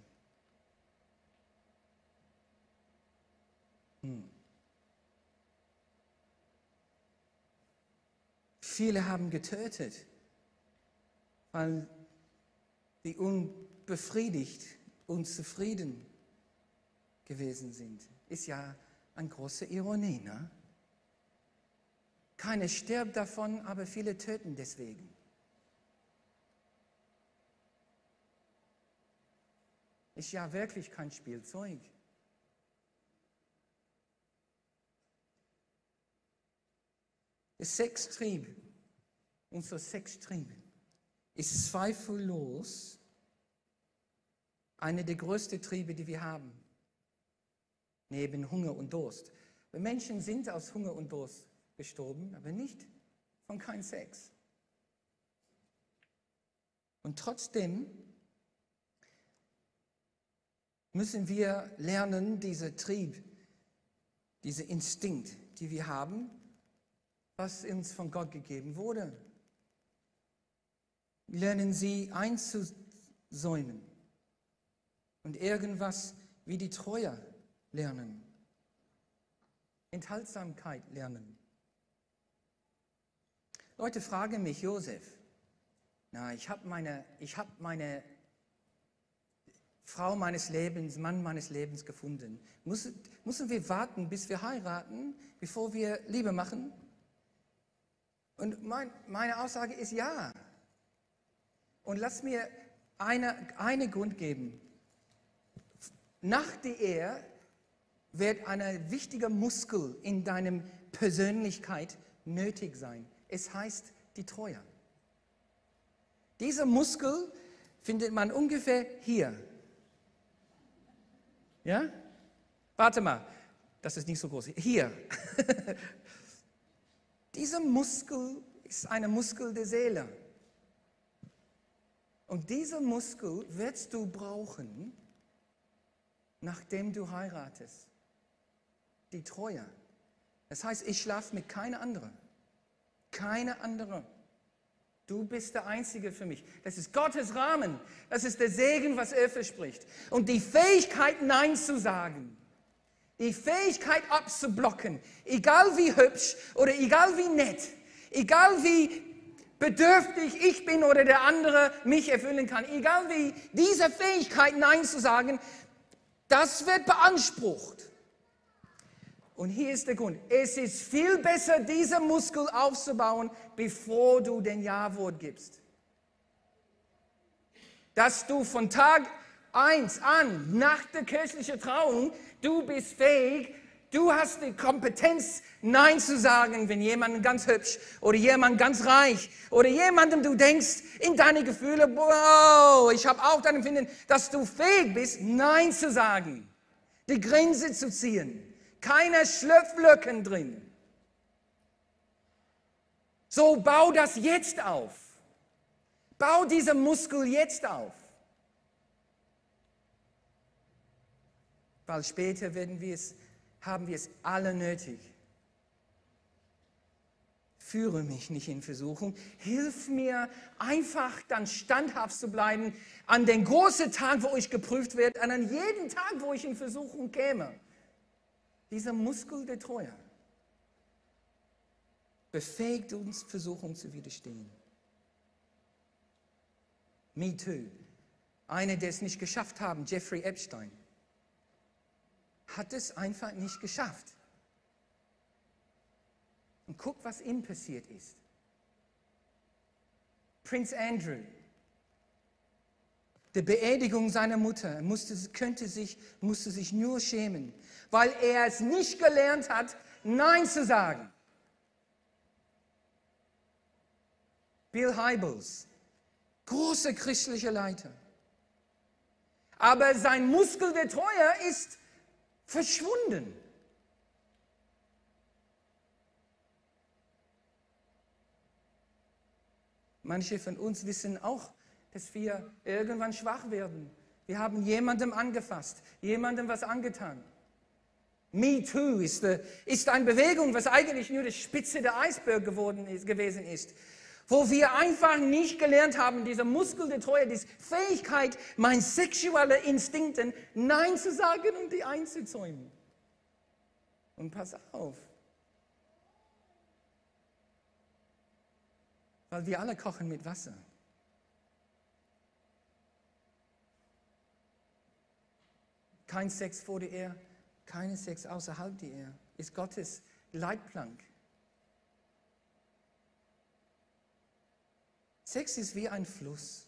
Hm. Viele haben getötet, weil die unbefriedigt, unzufrieden gewesen sind. Ist ja eine große Ironie, ne? Keiner stirbt davon, aber viele töten deswegen. Ist ja wirklich kein Spielzeug. Der Sextrieb, unser Sextrieb, ist zweifellos einer der größten Triebe, die wir haben, neben Hunger und Durst. Wir Menschen sind aus Hunger und Durst gestorben, aber nicht von keinem Sex. Und trotzdem müssen wir lernen, diesen Trieb, diesen Instinkt, die wir haben, was uns von Gott gegeben wurde, lernen sie einzusäumen und irgendwas wie die Treue lernen, Enthaltsamkeit lernen. Leute fragen mich, Josef, na, ich habe meine, ich habe meine Frau meines Lebens, Mann meines Lebens gefunden. Muss, müssen wir warten, bis wir heiraten, bevor wir Liebe machen? Und mein, meine Aussage ist ja. Und lass mir eine, einen Grund geben. Nach der Ehe wird ein wichtiger Muskel in deiner Persönlichkeit nötig sein. Es heißt die Treue. Dieser Muskel findet man ungefähr hier. Ja? Warte mal, das ist nicht so groß. Hier. Dieser Muskel ist ein Muskel der Seele. Und diesen Muskel wirst du brauchen, nachdem du heiratest. Die Treue. Das heißt, ich schlafe mit keiner anderen. Keine andere. Du bist der Einzige für mich. Das ist Gottes Rahmen. Das ist der Segen, was er verspricht. Und die Fähigkeit, Nein zu sagen. Die Fähigkeit abzublocken, egal wie hübsch oder egal wie nett, egal wie bedürftig ich bin oder der andere mich erfüllen kann, egal wie diese Fähigkeit, Nein zu sagen, das wird beansprucht. Und hier ist der Grund. Es ist viel besser, diesen Muskel aufzubauen, bevor du den Ja-Wort gibst. Dass du von Tag eins an, nach der kirchlichen Trauung, du bist fähig, du hast die Kompetenz, Nein zu sagen, wenn jemand ganz hübsch oder jemand ganz reich oder jemandem du denkst in deine Gefühle, wow, ich habe auch dein Empfinden, dass du fähig bist, Nein zu sagen, die Grenze zu ziehen, keine Schlupflöcher drin. So, bau das jetzt auf. Bau diesen Muskel jetzt auf. Weil später werden wir es, haben wir es alle nötig. führe mich nicht in Versuchung. Hilf mir einfach dann standhaft zu bleiben an den großen Tag, wo ich geprüft werde, und an jeden Tag, wo ich in Versuchung käme. Dieser Muskel der Treue befähigt uns, Versuchung zu widerstehen. Me Too. Einer, der es nicht geschafft haben, Jeffrey Epstein, hat es einfach nicht geschafft. Und guck, was ihm passiert ist. Prince Andrew, die Beerdigung seiner Mutter, musste, könnte sich, musste sich nur schämen, weil er es nicht gelernt hat, Nein zu sagen. Bill Hybels, großer christlicher Leiter. Aber sein Muskel der Treue ist verschwunden. Manche von uns wissen auch, dass wir irgendwann schwach werden. Wir haben jemandem angefasst, jemandem was angetan. Me Too ist, äh, ist eine Bewegung, was eigentlich nur die Spitze der Eisberg geworden ist, gewesen ist. Wo wir einfach nicht gelernt haben, dieser Muskel der Treue, diese Fähigkeit, meinen sexuellen Instinkten Nein zu sagen und die einzuzäumen. Und pass auf. Weil wir alle kochen mit Wasser. Kein Sex vor der Ehe, kein Sex außerhalb der Ehe. Ist Gottes Leitplank. Sex ist wie ein Fluss.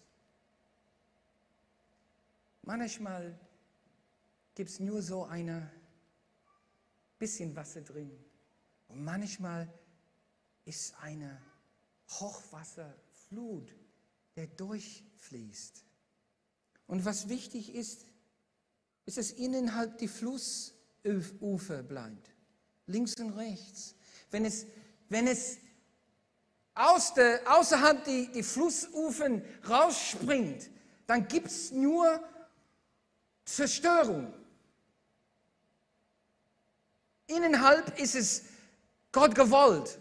Manchmal gibt es nur so ein bisschen Wasser drin. Und manchmal ist eine Hochwasserflut, der durchfließt. Und was wichtig ist, ist, dass innerhalb die Flussufer bleibt. Links und rechts. Wenn es, wenn es aus der, außerhalb die, die Flussufern rausspringt, dann gibt es nur Zerstörung. Innerhalb ist es Gott gewollt.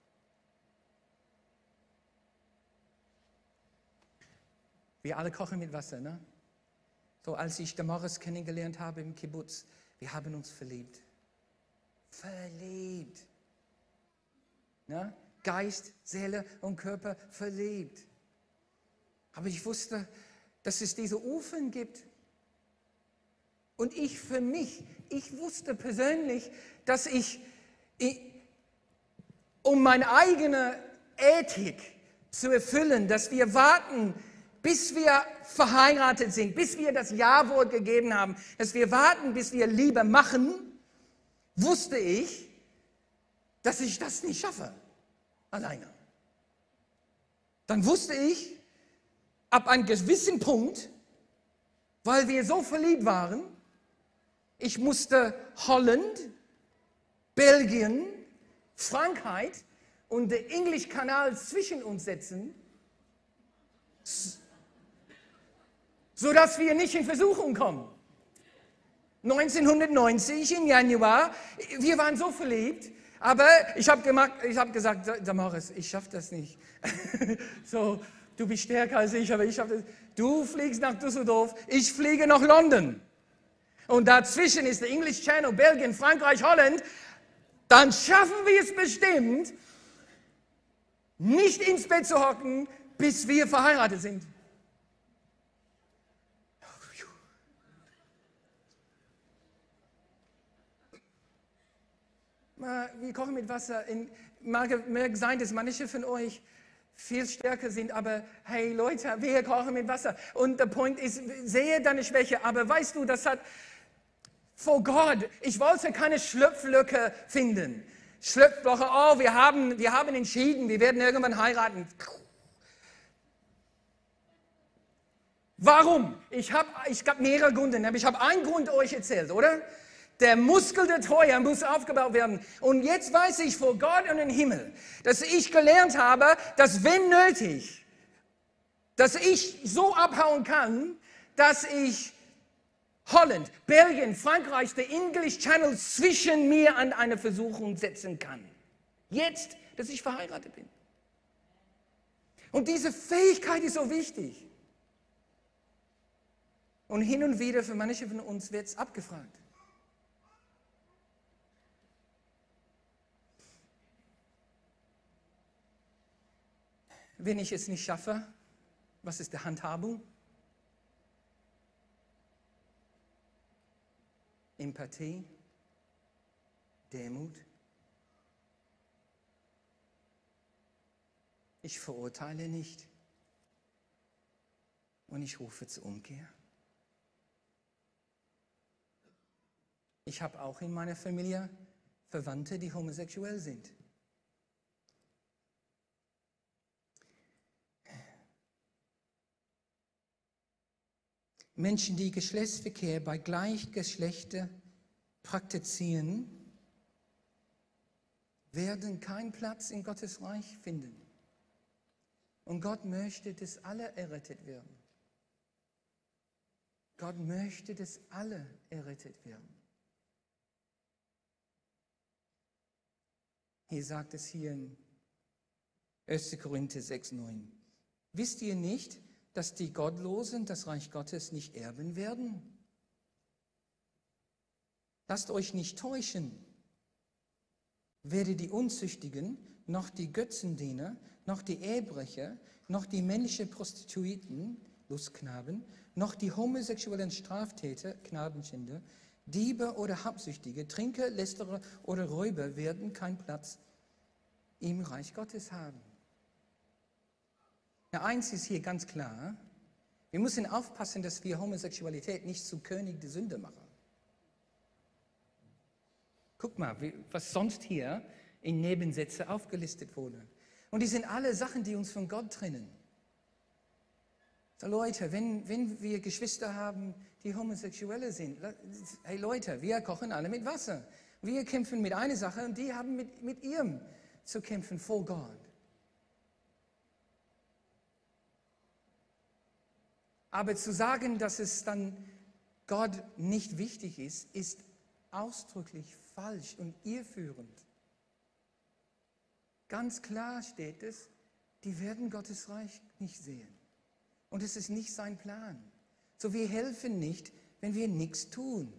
Wir alle kochen mit Wasser, ne? So, als ich Damaris kennengelernt habe im Kibbutz, wir haben uns verliebt. Verliebt. Ne? Geist, Seele und Körper verliebt. Aber ich wusste, dass es diese Ufen gibt. Und ich für mich, ich wusste persönlich, dass ich, ich um meine eigene Ethik zu erfüllen, dass wir warten, bis wir verheiratet sind, bis wir das Ja-Wort gegeben haben, dass wir warten, bis wir Liebe machen, wusste ich, dass ich das nicht schaffe, alleine. Dann wusste ich, ab einem gewissen Punkt, weil wir so verliebt waren, ich musste Holland, Belgien, Frankreich und den English-Kanal zwischen uns setzen, sodass wir nicht in Versuchung kommen. neunzehnhundertneunzig im Januar, wir waren so verliebt, aber ich habe hab gesagt, Damaris, ich schaffe das nicht. So, du bist stärker als ich, aber ich schaffe das. Du fliegst nach Düsseldorf, ich fliege nach London. Und dazwischen ist der English Channel, Belgien, Frankreich, Holland. Dann schaffen wir es bestimmt, nicht ins Bett zu hocken, bis wir verheiratet sind. Wir kochen mit Wasser. In, mag, mag sein, dass manche von euch viel stärker sind, aber hey Leute, wir kochen mit Wasser. Und der Punkt ist, sehe deine Schwäche, aber weißt du, das hat vor Gott, ich wollte keine Schlupflöcher finden. Schlupflöcher, oh, wir haben, wir haben entschieden, wir werden irgendwann heiraten. Warum? Ich habe ich hab mehrere Gründe, aber ich habe einen Grund euch erzählt, oder? Der Muskel der Treue muss aufgebaut werden. Und jetzt weiß ich vor Gott und im Himmel, dass ich gelernt habe, dass wenn nötig, dass ich so abhauen kann, dass ich Holland, Belgien, Frankreich, der English Channel zwischen mir und eine Versuchung setzen kann. Jetzt, dass ich verheiratet bin. Und diese Fähigkeit ist so wichtig. Und hin und wieder für manche von uns wird es abgefragt. Wenn ich es nicht schaffe, was ist die Handhabung? Empathie, Demut. Ich verurteile nicht und ich rufe zur Umkehr. Ich habe auch in meiner Familie Verwandte, die homosexuell sind. Menschen, die Geschlechtsverkehr bei Gleichgeschlechtern praktizieren, werden keinen Platz in Gottes Reich finden. Und Gott möchte, dass alle errettet werden. Gott möchte, dass alle errettet werden. Hier sagt es hier in erster Korinther sechs, neun. Wisst ihr nicht, dass die Gottlosen das Reich Gottes nicht erben werden? Lasst euch nicht täuschen. Weder die Unzüchtigen, noch die Götzendiener, noch die Ehebrecher, noch die männlichen Prostituierten, Lustknaben, noch die homosexuellen Straftäter, Knabenschänder, Diebe oder Habsüchtige, Trinker, Lästerer oder Räuber werden keinen Platz im Reich Gottes haben. Ja, eins ist hier ganz klar. Wir müssen aufpassen, dass wir Homosexualität nicht zu König der Sünde machen. Guck mal, was sonst hier in Nebensätzen aufgelistet wurde. Und die sind alle Sachen, die uns von Gott trennen. So Leute, wenn, wenn wir Geschwister haben, die Homosexuelle sind, hey Leute, wir kochen alle mit Wasser. Wir kämpfen mit einer Sache und die haben mit, mit ihrem zu kämpfen vor Gott. Aber zu sagen, dass es dann Gott nicht wichtig ist, ist ausdrücklich falsch und irreführend. Ganz klar steht es, die werden Gottes Reich nicht sehen. Und es ist nicht sein Plan. So, wir helfen nicht, wenn wir nichts tun.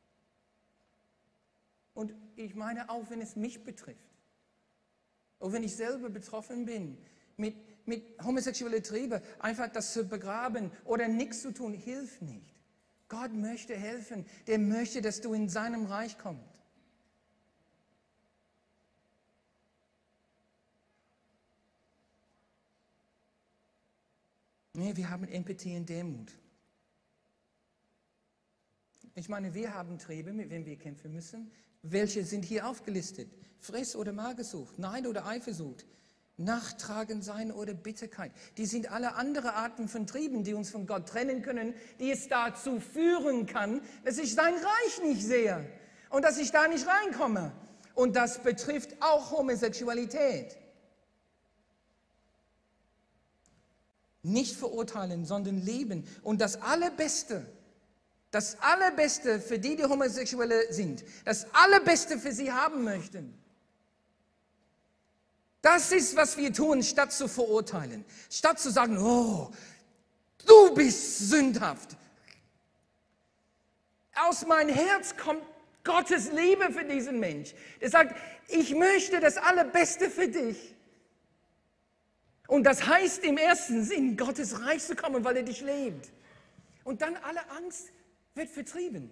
Und ich meine auch, wenn es mich betrifft. Und wenn ich selber betroffen bin, mit, mit homosexuellen Trieben, einfach das zu begraben oder nichts zu tun, hilft nicht. Gott möchte helfen. Der möchte, dass du in seinem Reich kommst. Nee, wir haben Empathie und Demut. Ich meine, wir haben Triebe, mit denen wir kämpfen müssen. Welche sind hier aufgelistet? Fress- oder Magersucht, Neid oder Eifersucht, Nachtragen sein oder Bitterkeit. Die sind alle andere Arten von Trieben, die uns von Gott trennen können, die es dazu führen kann, dass ich sein Reich nicht sehe und dass ich da nicht reinkomme. Und das betrifft auch Homosexualität. Nicht verurteilen, sondern leben. Und das Allerbeste, das Allerbeste für die, die Homosexuelle sind, das Allerbeste für sie haben möchten, das ist, was wir tun, statt zu verurteilen. Statt zu sagen, oh, du bist sündhaft. Aus meinem Herz kommt Gottes Liebe für diesen Mensch. Er sagt, ich möchte das Allerbeste für dich. Und das heißt im ersten Sinn, Gottes Reich zu kommen, weil er dich liebt. Und dann alle Angst wird vertrieben.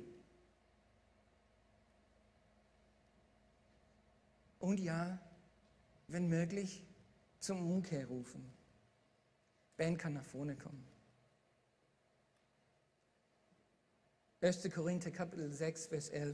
Und ja, wenn möglich, zum Umkehr rufen. Ben kann nach vorne kommen. erster Korinther Kapitel sechs, Vers elf.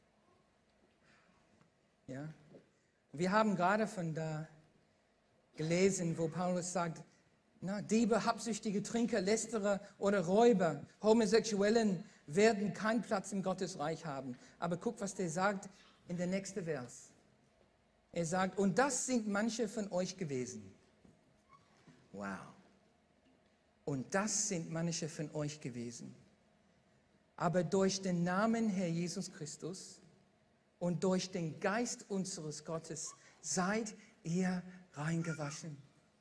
Ja? Wir haben gerade von da gelesen, wo Paulus sagt, na, Diebe, Habsüchtige, Trinker, Lästerer oder Räuber, Homosexuellen werden keinen Platz im Gottesreich haben. Aber guck, was der sagt in der nächsten Vers. Er sagt, und das sind manche von euch gewesen. Wow. Und das sind manche von euch gewesen. Aber durch den Namen Herr Jesus Christus und durch den Geist unseres Gottes seid ihr reingewaschen.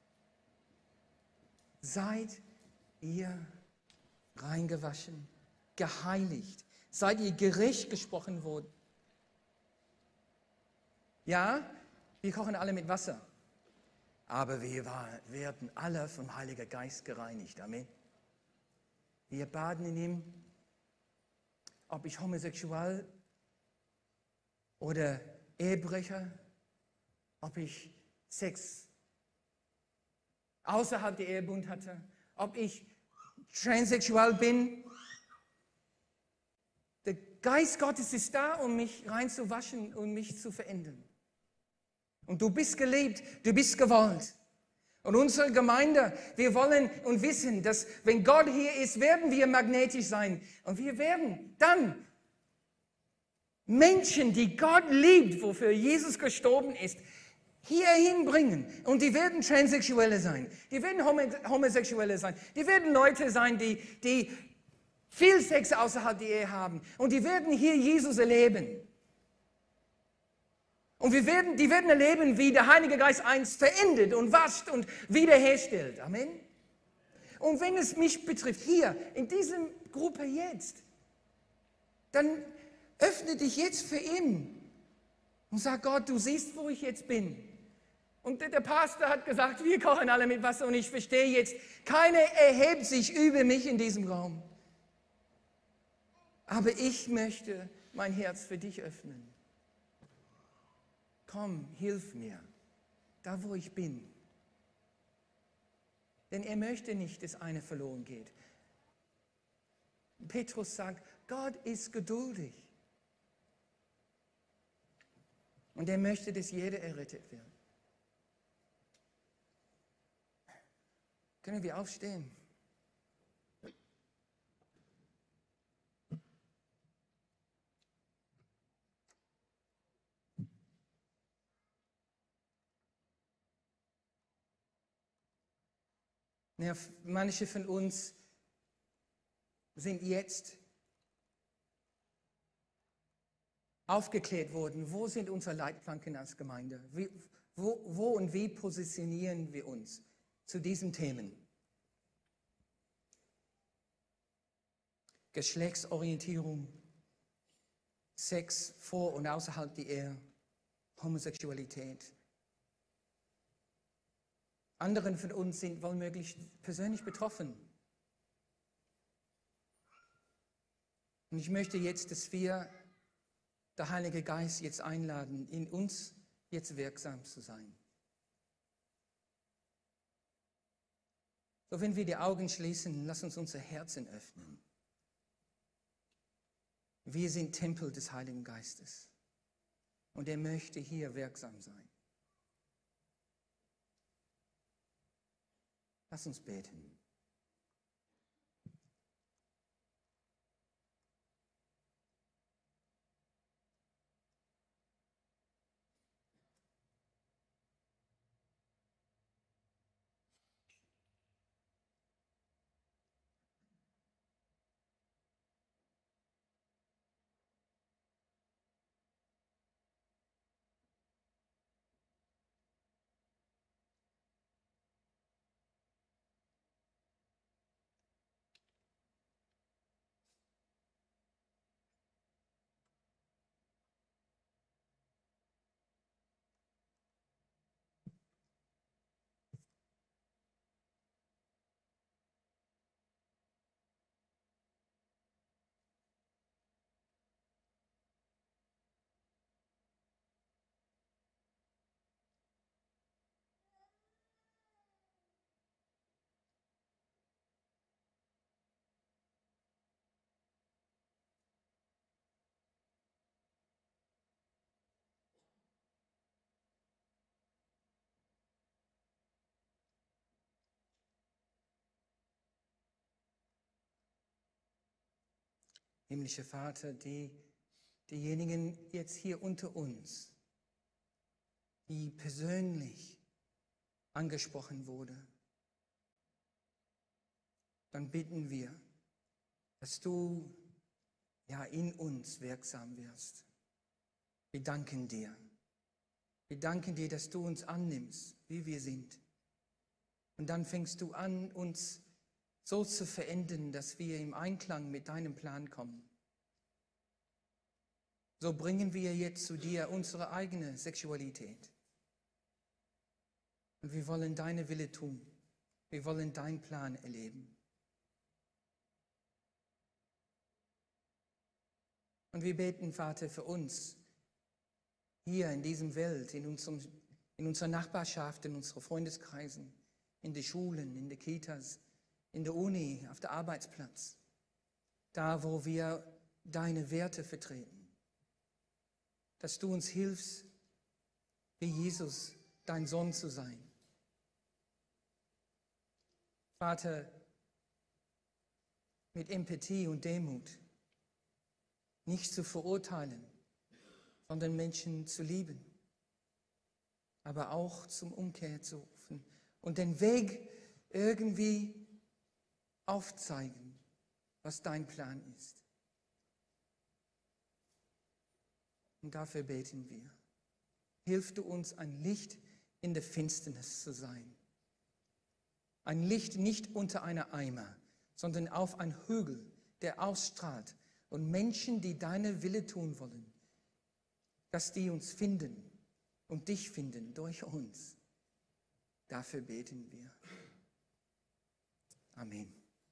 Seid ihr reingewaschen, geheiligt, seid ihr gerecht gesprochen worden. Ja, wir kochen alle mit Wasser, aber wir werden alle vom Heiligen Geist gereinigt. Amen. Wir baden in ihm, ob ich homosexuell oder Ehebrecher, ob ich Sex außerhalb der Ehebund hatte, ob ich transsexuell bin. Der Geist Gottes ist da, um mich reinzuwaschen und mich zu verändern. Und du bist geliebt, du bist gewollt. Und unsere Gemeinde, wir wollen und wissen, dass wenn Gott hier ist, werden wir magnetisch sein. Und wir werden dann Menschen, die Gott liebt, wofür Jesus gestorben ist, hierhin bringen. Und die werden Transsexuelle sein, die werden Homosexuelle sein, die werden Leute sein, die, die viel Sex außerhalb der Ehe haben. Und die werden hier Jesus erleben. Und wir werden, die werden erleben, wie der Heilige Geist eins verändert und wascht und wiederherstellt. Amen. Und wenn es mich betrifft, hier, in dieser Gruppe jetzt, dann öffne dich jetzt für ihn und sag, Gott, du siehst, wo ich jetzt bin. Und der Pastor hat gesagt, wir kochen alle mit Wasser und ich verstehe jetzt, keiner erhebt sich über mich in diesem Raum. Aber ich möchte mein Herz für dich öffnen. Komm, hilf mir, da wo ich bin. Denn er möchte nicht, dass einer verloren geht. Petrus sagt, Gott ist geduldig. Und er möchte, dass jeder errettet wird. Können wir aufstehen? Ja, manche von uns sind jetzt aufgeklärt worden, wo sind unsere Leitplanken als Gemeinde? Wie, wo, wo und wie positionieren wir uns zu diesen Themen? Geschlechtsorientierung, Sex vor und außerhalb der Ehe, Homosexualität. Andere von uns sind womöglich persönlich betroffen. Und ich möchte jetzt, dass wir der Heilige Geist jetzt einladen, in uns jetzt wirksam zu sein. So, wenn wir die Augen schließen, lass uns unser Herzen öffnen. Wir sind Tempel des Heiligen Geistes. Und er möchte hier wirksam sein. Lass uns beten. Himmlischer Vater, die, diejenigen jetzt hier unter uns, die persönlich angesprochen wurde, dann bitten wir, dass du ja in uns wirksam wirst. Wir danken dir. Wir danken dir, dass du uns annimmst, wie wir sind. Und dann fängst du an, uns so zu verändern, dass wir im Einklang mit deinem Plan kommen. So bringen wir jetzt zu dir unsere eigene Sexualität. Und wir wollen deine Wille tun. Wir wollen deinen Plan erleben. Und wir beten, Vater, für uns, hier in diesem Welt, in, unserem, in unserer Nachbarschaft, in unseren Freundeskreisen, in den Schulen, in den Kitas, in der Uni, auf dem Arbeitsplatz, da, wo wir deine Werte vertreten, dass du uns hilfst, wie Jesus, dein Sohn zu sein. Vater, mit Empathie und Demut, nicht zu verurteilen, sondern Menschen zu lieben, aber auch zum Umkehr zu rufen und den Weg irgendwie aufzeigen, was dein Plan ist. Und dafür beten wir. Hilf du uns, ein Licht in der Finsternis zu sein. Ein Licht nicht unter einer Eimer, sondern auf einen Hügel, der ausstrahlt. Und Menschen, die deine Wille tun wollen, dass die uns finden und dich finden durch uns. Dafür beten wir. Amen.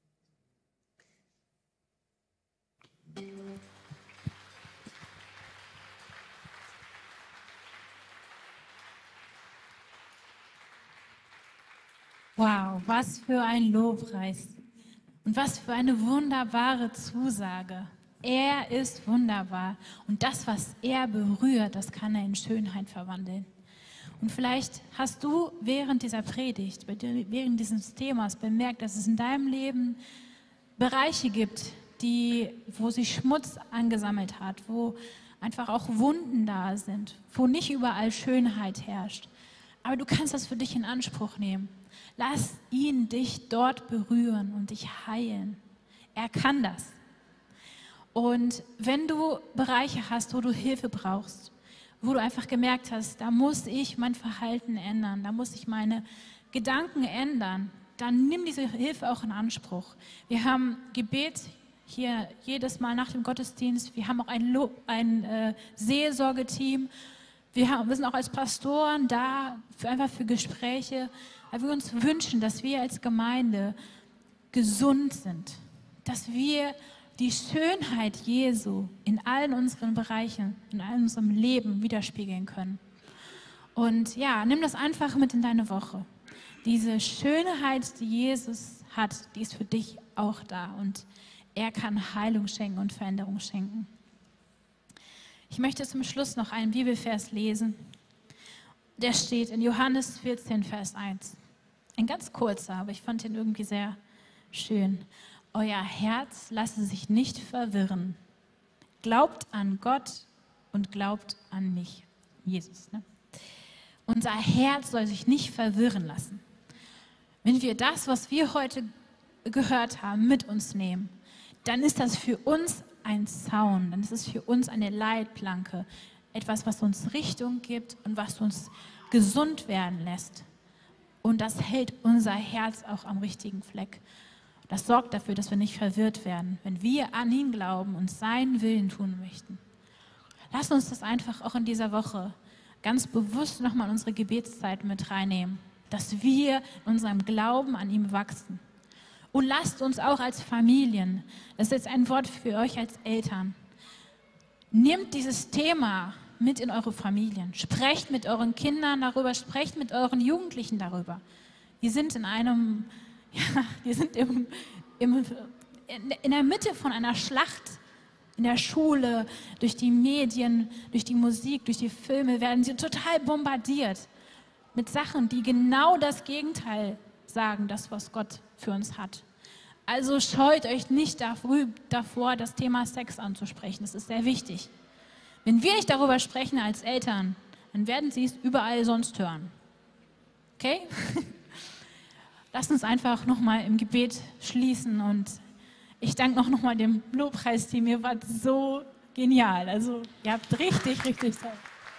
Wow, was für ein Lobpreis und was für eine wunderbare Zusage. Er ist wunderbar und das, was er berührt, das kann er in Schönheit verwandeln. Und vielleicht hast du während dieser Predigt, während dieses Themas bemerkt, dass es in deinem Leben Bereiche gibt, die, wo sich Schmutz angesammelt hat, wo einfach auch Wunden da sind, wo nicht überall Schönheit herrscht. Aber du kannst das für dich in Anspruch nehmen. Lass ihn dich dort berühren und dich heilen. Er kann das. Und wenn du Bereiche hast, wo du Hilfe brauchst, wo du einfach gemerkt hast, da muss ich mein Verhalten ändern, da muss ich meine Gedanken ändern, dann nimm diese Hilfe auch in Anspruch. Wir haben Gebet hier jedes Mal nach dem Gottesdienst. Wir haben auch ein, Lo- ein äh, Seelsorgeteam. Wir, haben, wir sind auch als Pastoren da, für, einfach für Gespräche, weil wir uns wünschen, dass wir als Gemeinde gesund sind, dass wir die Schönheit Jesu in allen unseren Bereichen, in all unserem Leben widerspiegeln können. Und ja, nimm das einfach mit in deine Woche. Diese Schönheit, die Jesus hat, die ist für dich auch da und er kann Heilung schenken und Veränderung schenken. Ich möchte zum Schluss noch einen Bibelvers lesen. Der steht in Johannes vierzehn, Vers eins. Ein ganz kurzer, aber ich fand ihn irgendwie sehr schön. Euer Herz lasse sich nicht verwirren. Glaubt an Gott und glaubt an mich. Jesus, ne? Unser Herz soll sich nicht verwirren lassen. Wenn wir das, was wir heute gehört haben, mit uns nehmen, dann ist das für uns ein Zaun, dann ist es für uns eine Leitplanke, etwas, was uns Richtung gibt und was uns gesund werden lässt. Und das hält unser Herz auch am richtigen Fleck. Das sorgt dafür, dass wir nicht verwirrt werden, wenn wir an ihn glauben und seinen Willen tun möchten. Lass uns das einfach auch in dieser Woche ganz bewusst nochmal in unsere Gebetszeit mit reinnehmen, dass wir in unserem Glauben an ihm wachsen. Und lasst uns auch als Familien, das ist jetzt ein Wort für euch als Eltern, nehmt dieses Thema mit in eure Familien. Sprecht mit euren Kindern darüber, sprecht mit euren Jugendlichen darüber. Wir sind in einem, ja, wir sind im, im, in der Mitte von einer Schlacht. In der Schule, durch die Medien, durch die Musik, durch die Filme werden sie total bombardiert mit Sachen, die genau das Gegenteil sagen, das, was Gott für uns hat. Also scheut euch nicht davor, das Thema Sex anzusprechen. Das ist sehr wichtig. Wenn wir nicht darüber sprechen als Eltern, dann werden sie es überall sonst hören. Okay? Lasst uns einfach nochmal im Gebet schließen und ich danke noch, noch mal dem Lobpreisteam. Ihr wart so genial. Also ihr habt richtig, richtig toll.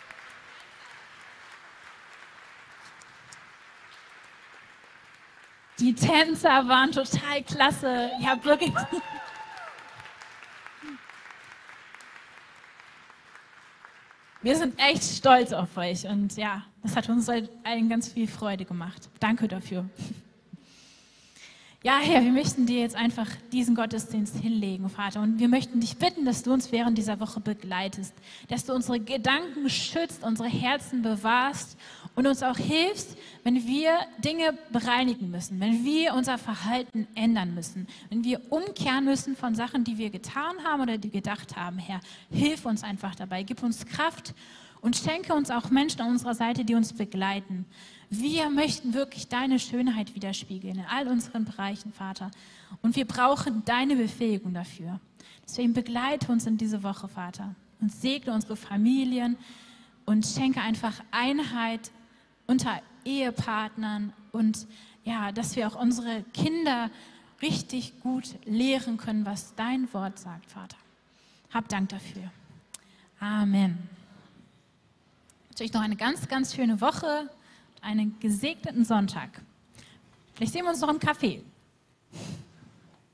Die Tänzer waren total klasse. Ihr habt wirklich... Wir sind echt stolz auf euch und ja, das hat uns allen ganz viel Freude gemacht. Danke dafür. Ja, Herr, wir möchten dir jetzt einfach diesen Gottesdienst hinlegen, Vater. Und wir möchten dich bitten, dass du uns während dieser Woche begleitest, dass du unsere Gedanken schützt, unsere Herzen bewahrst und uns auch hilfst, wenn wir Dinge bereinigen müssen, wenn wir unser Verhalten ändern müssen, wenn wir umkehren müssen von Sachen, die wir getan haben oder die gedacht haben. Herr, hilf uns einfach dabei, gib uns Kraft und schenke uns auch Menschen an unserer Seite, die uns begleiten. Wir möchten wirklich deine Schönheit widerspiegeln in all unseren Bereichen, Vater. Und wir brauchen deine Befähigung dafür. Deswegen begleite uns in diese Woche, Vater. Und segne unsere Familien und schenke einfach Einheit unter Ehepartnern. Und ja, dass wir auch unsere Kinder richtig gut lehren können, was dein Wort sagt, Vater. Hab Dank dafür. Amen. Ich wünsche euch noch eine ganz, ganz schöne Woche. Einen gesegneten Sonntag. Vielleicht sehen wir uns noch im Café.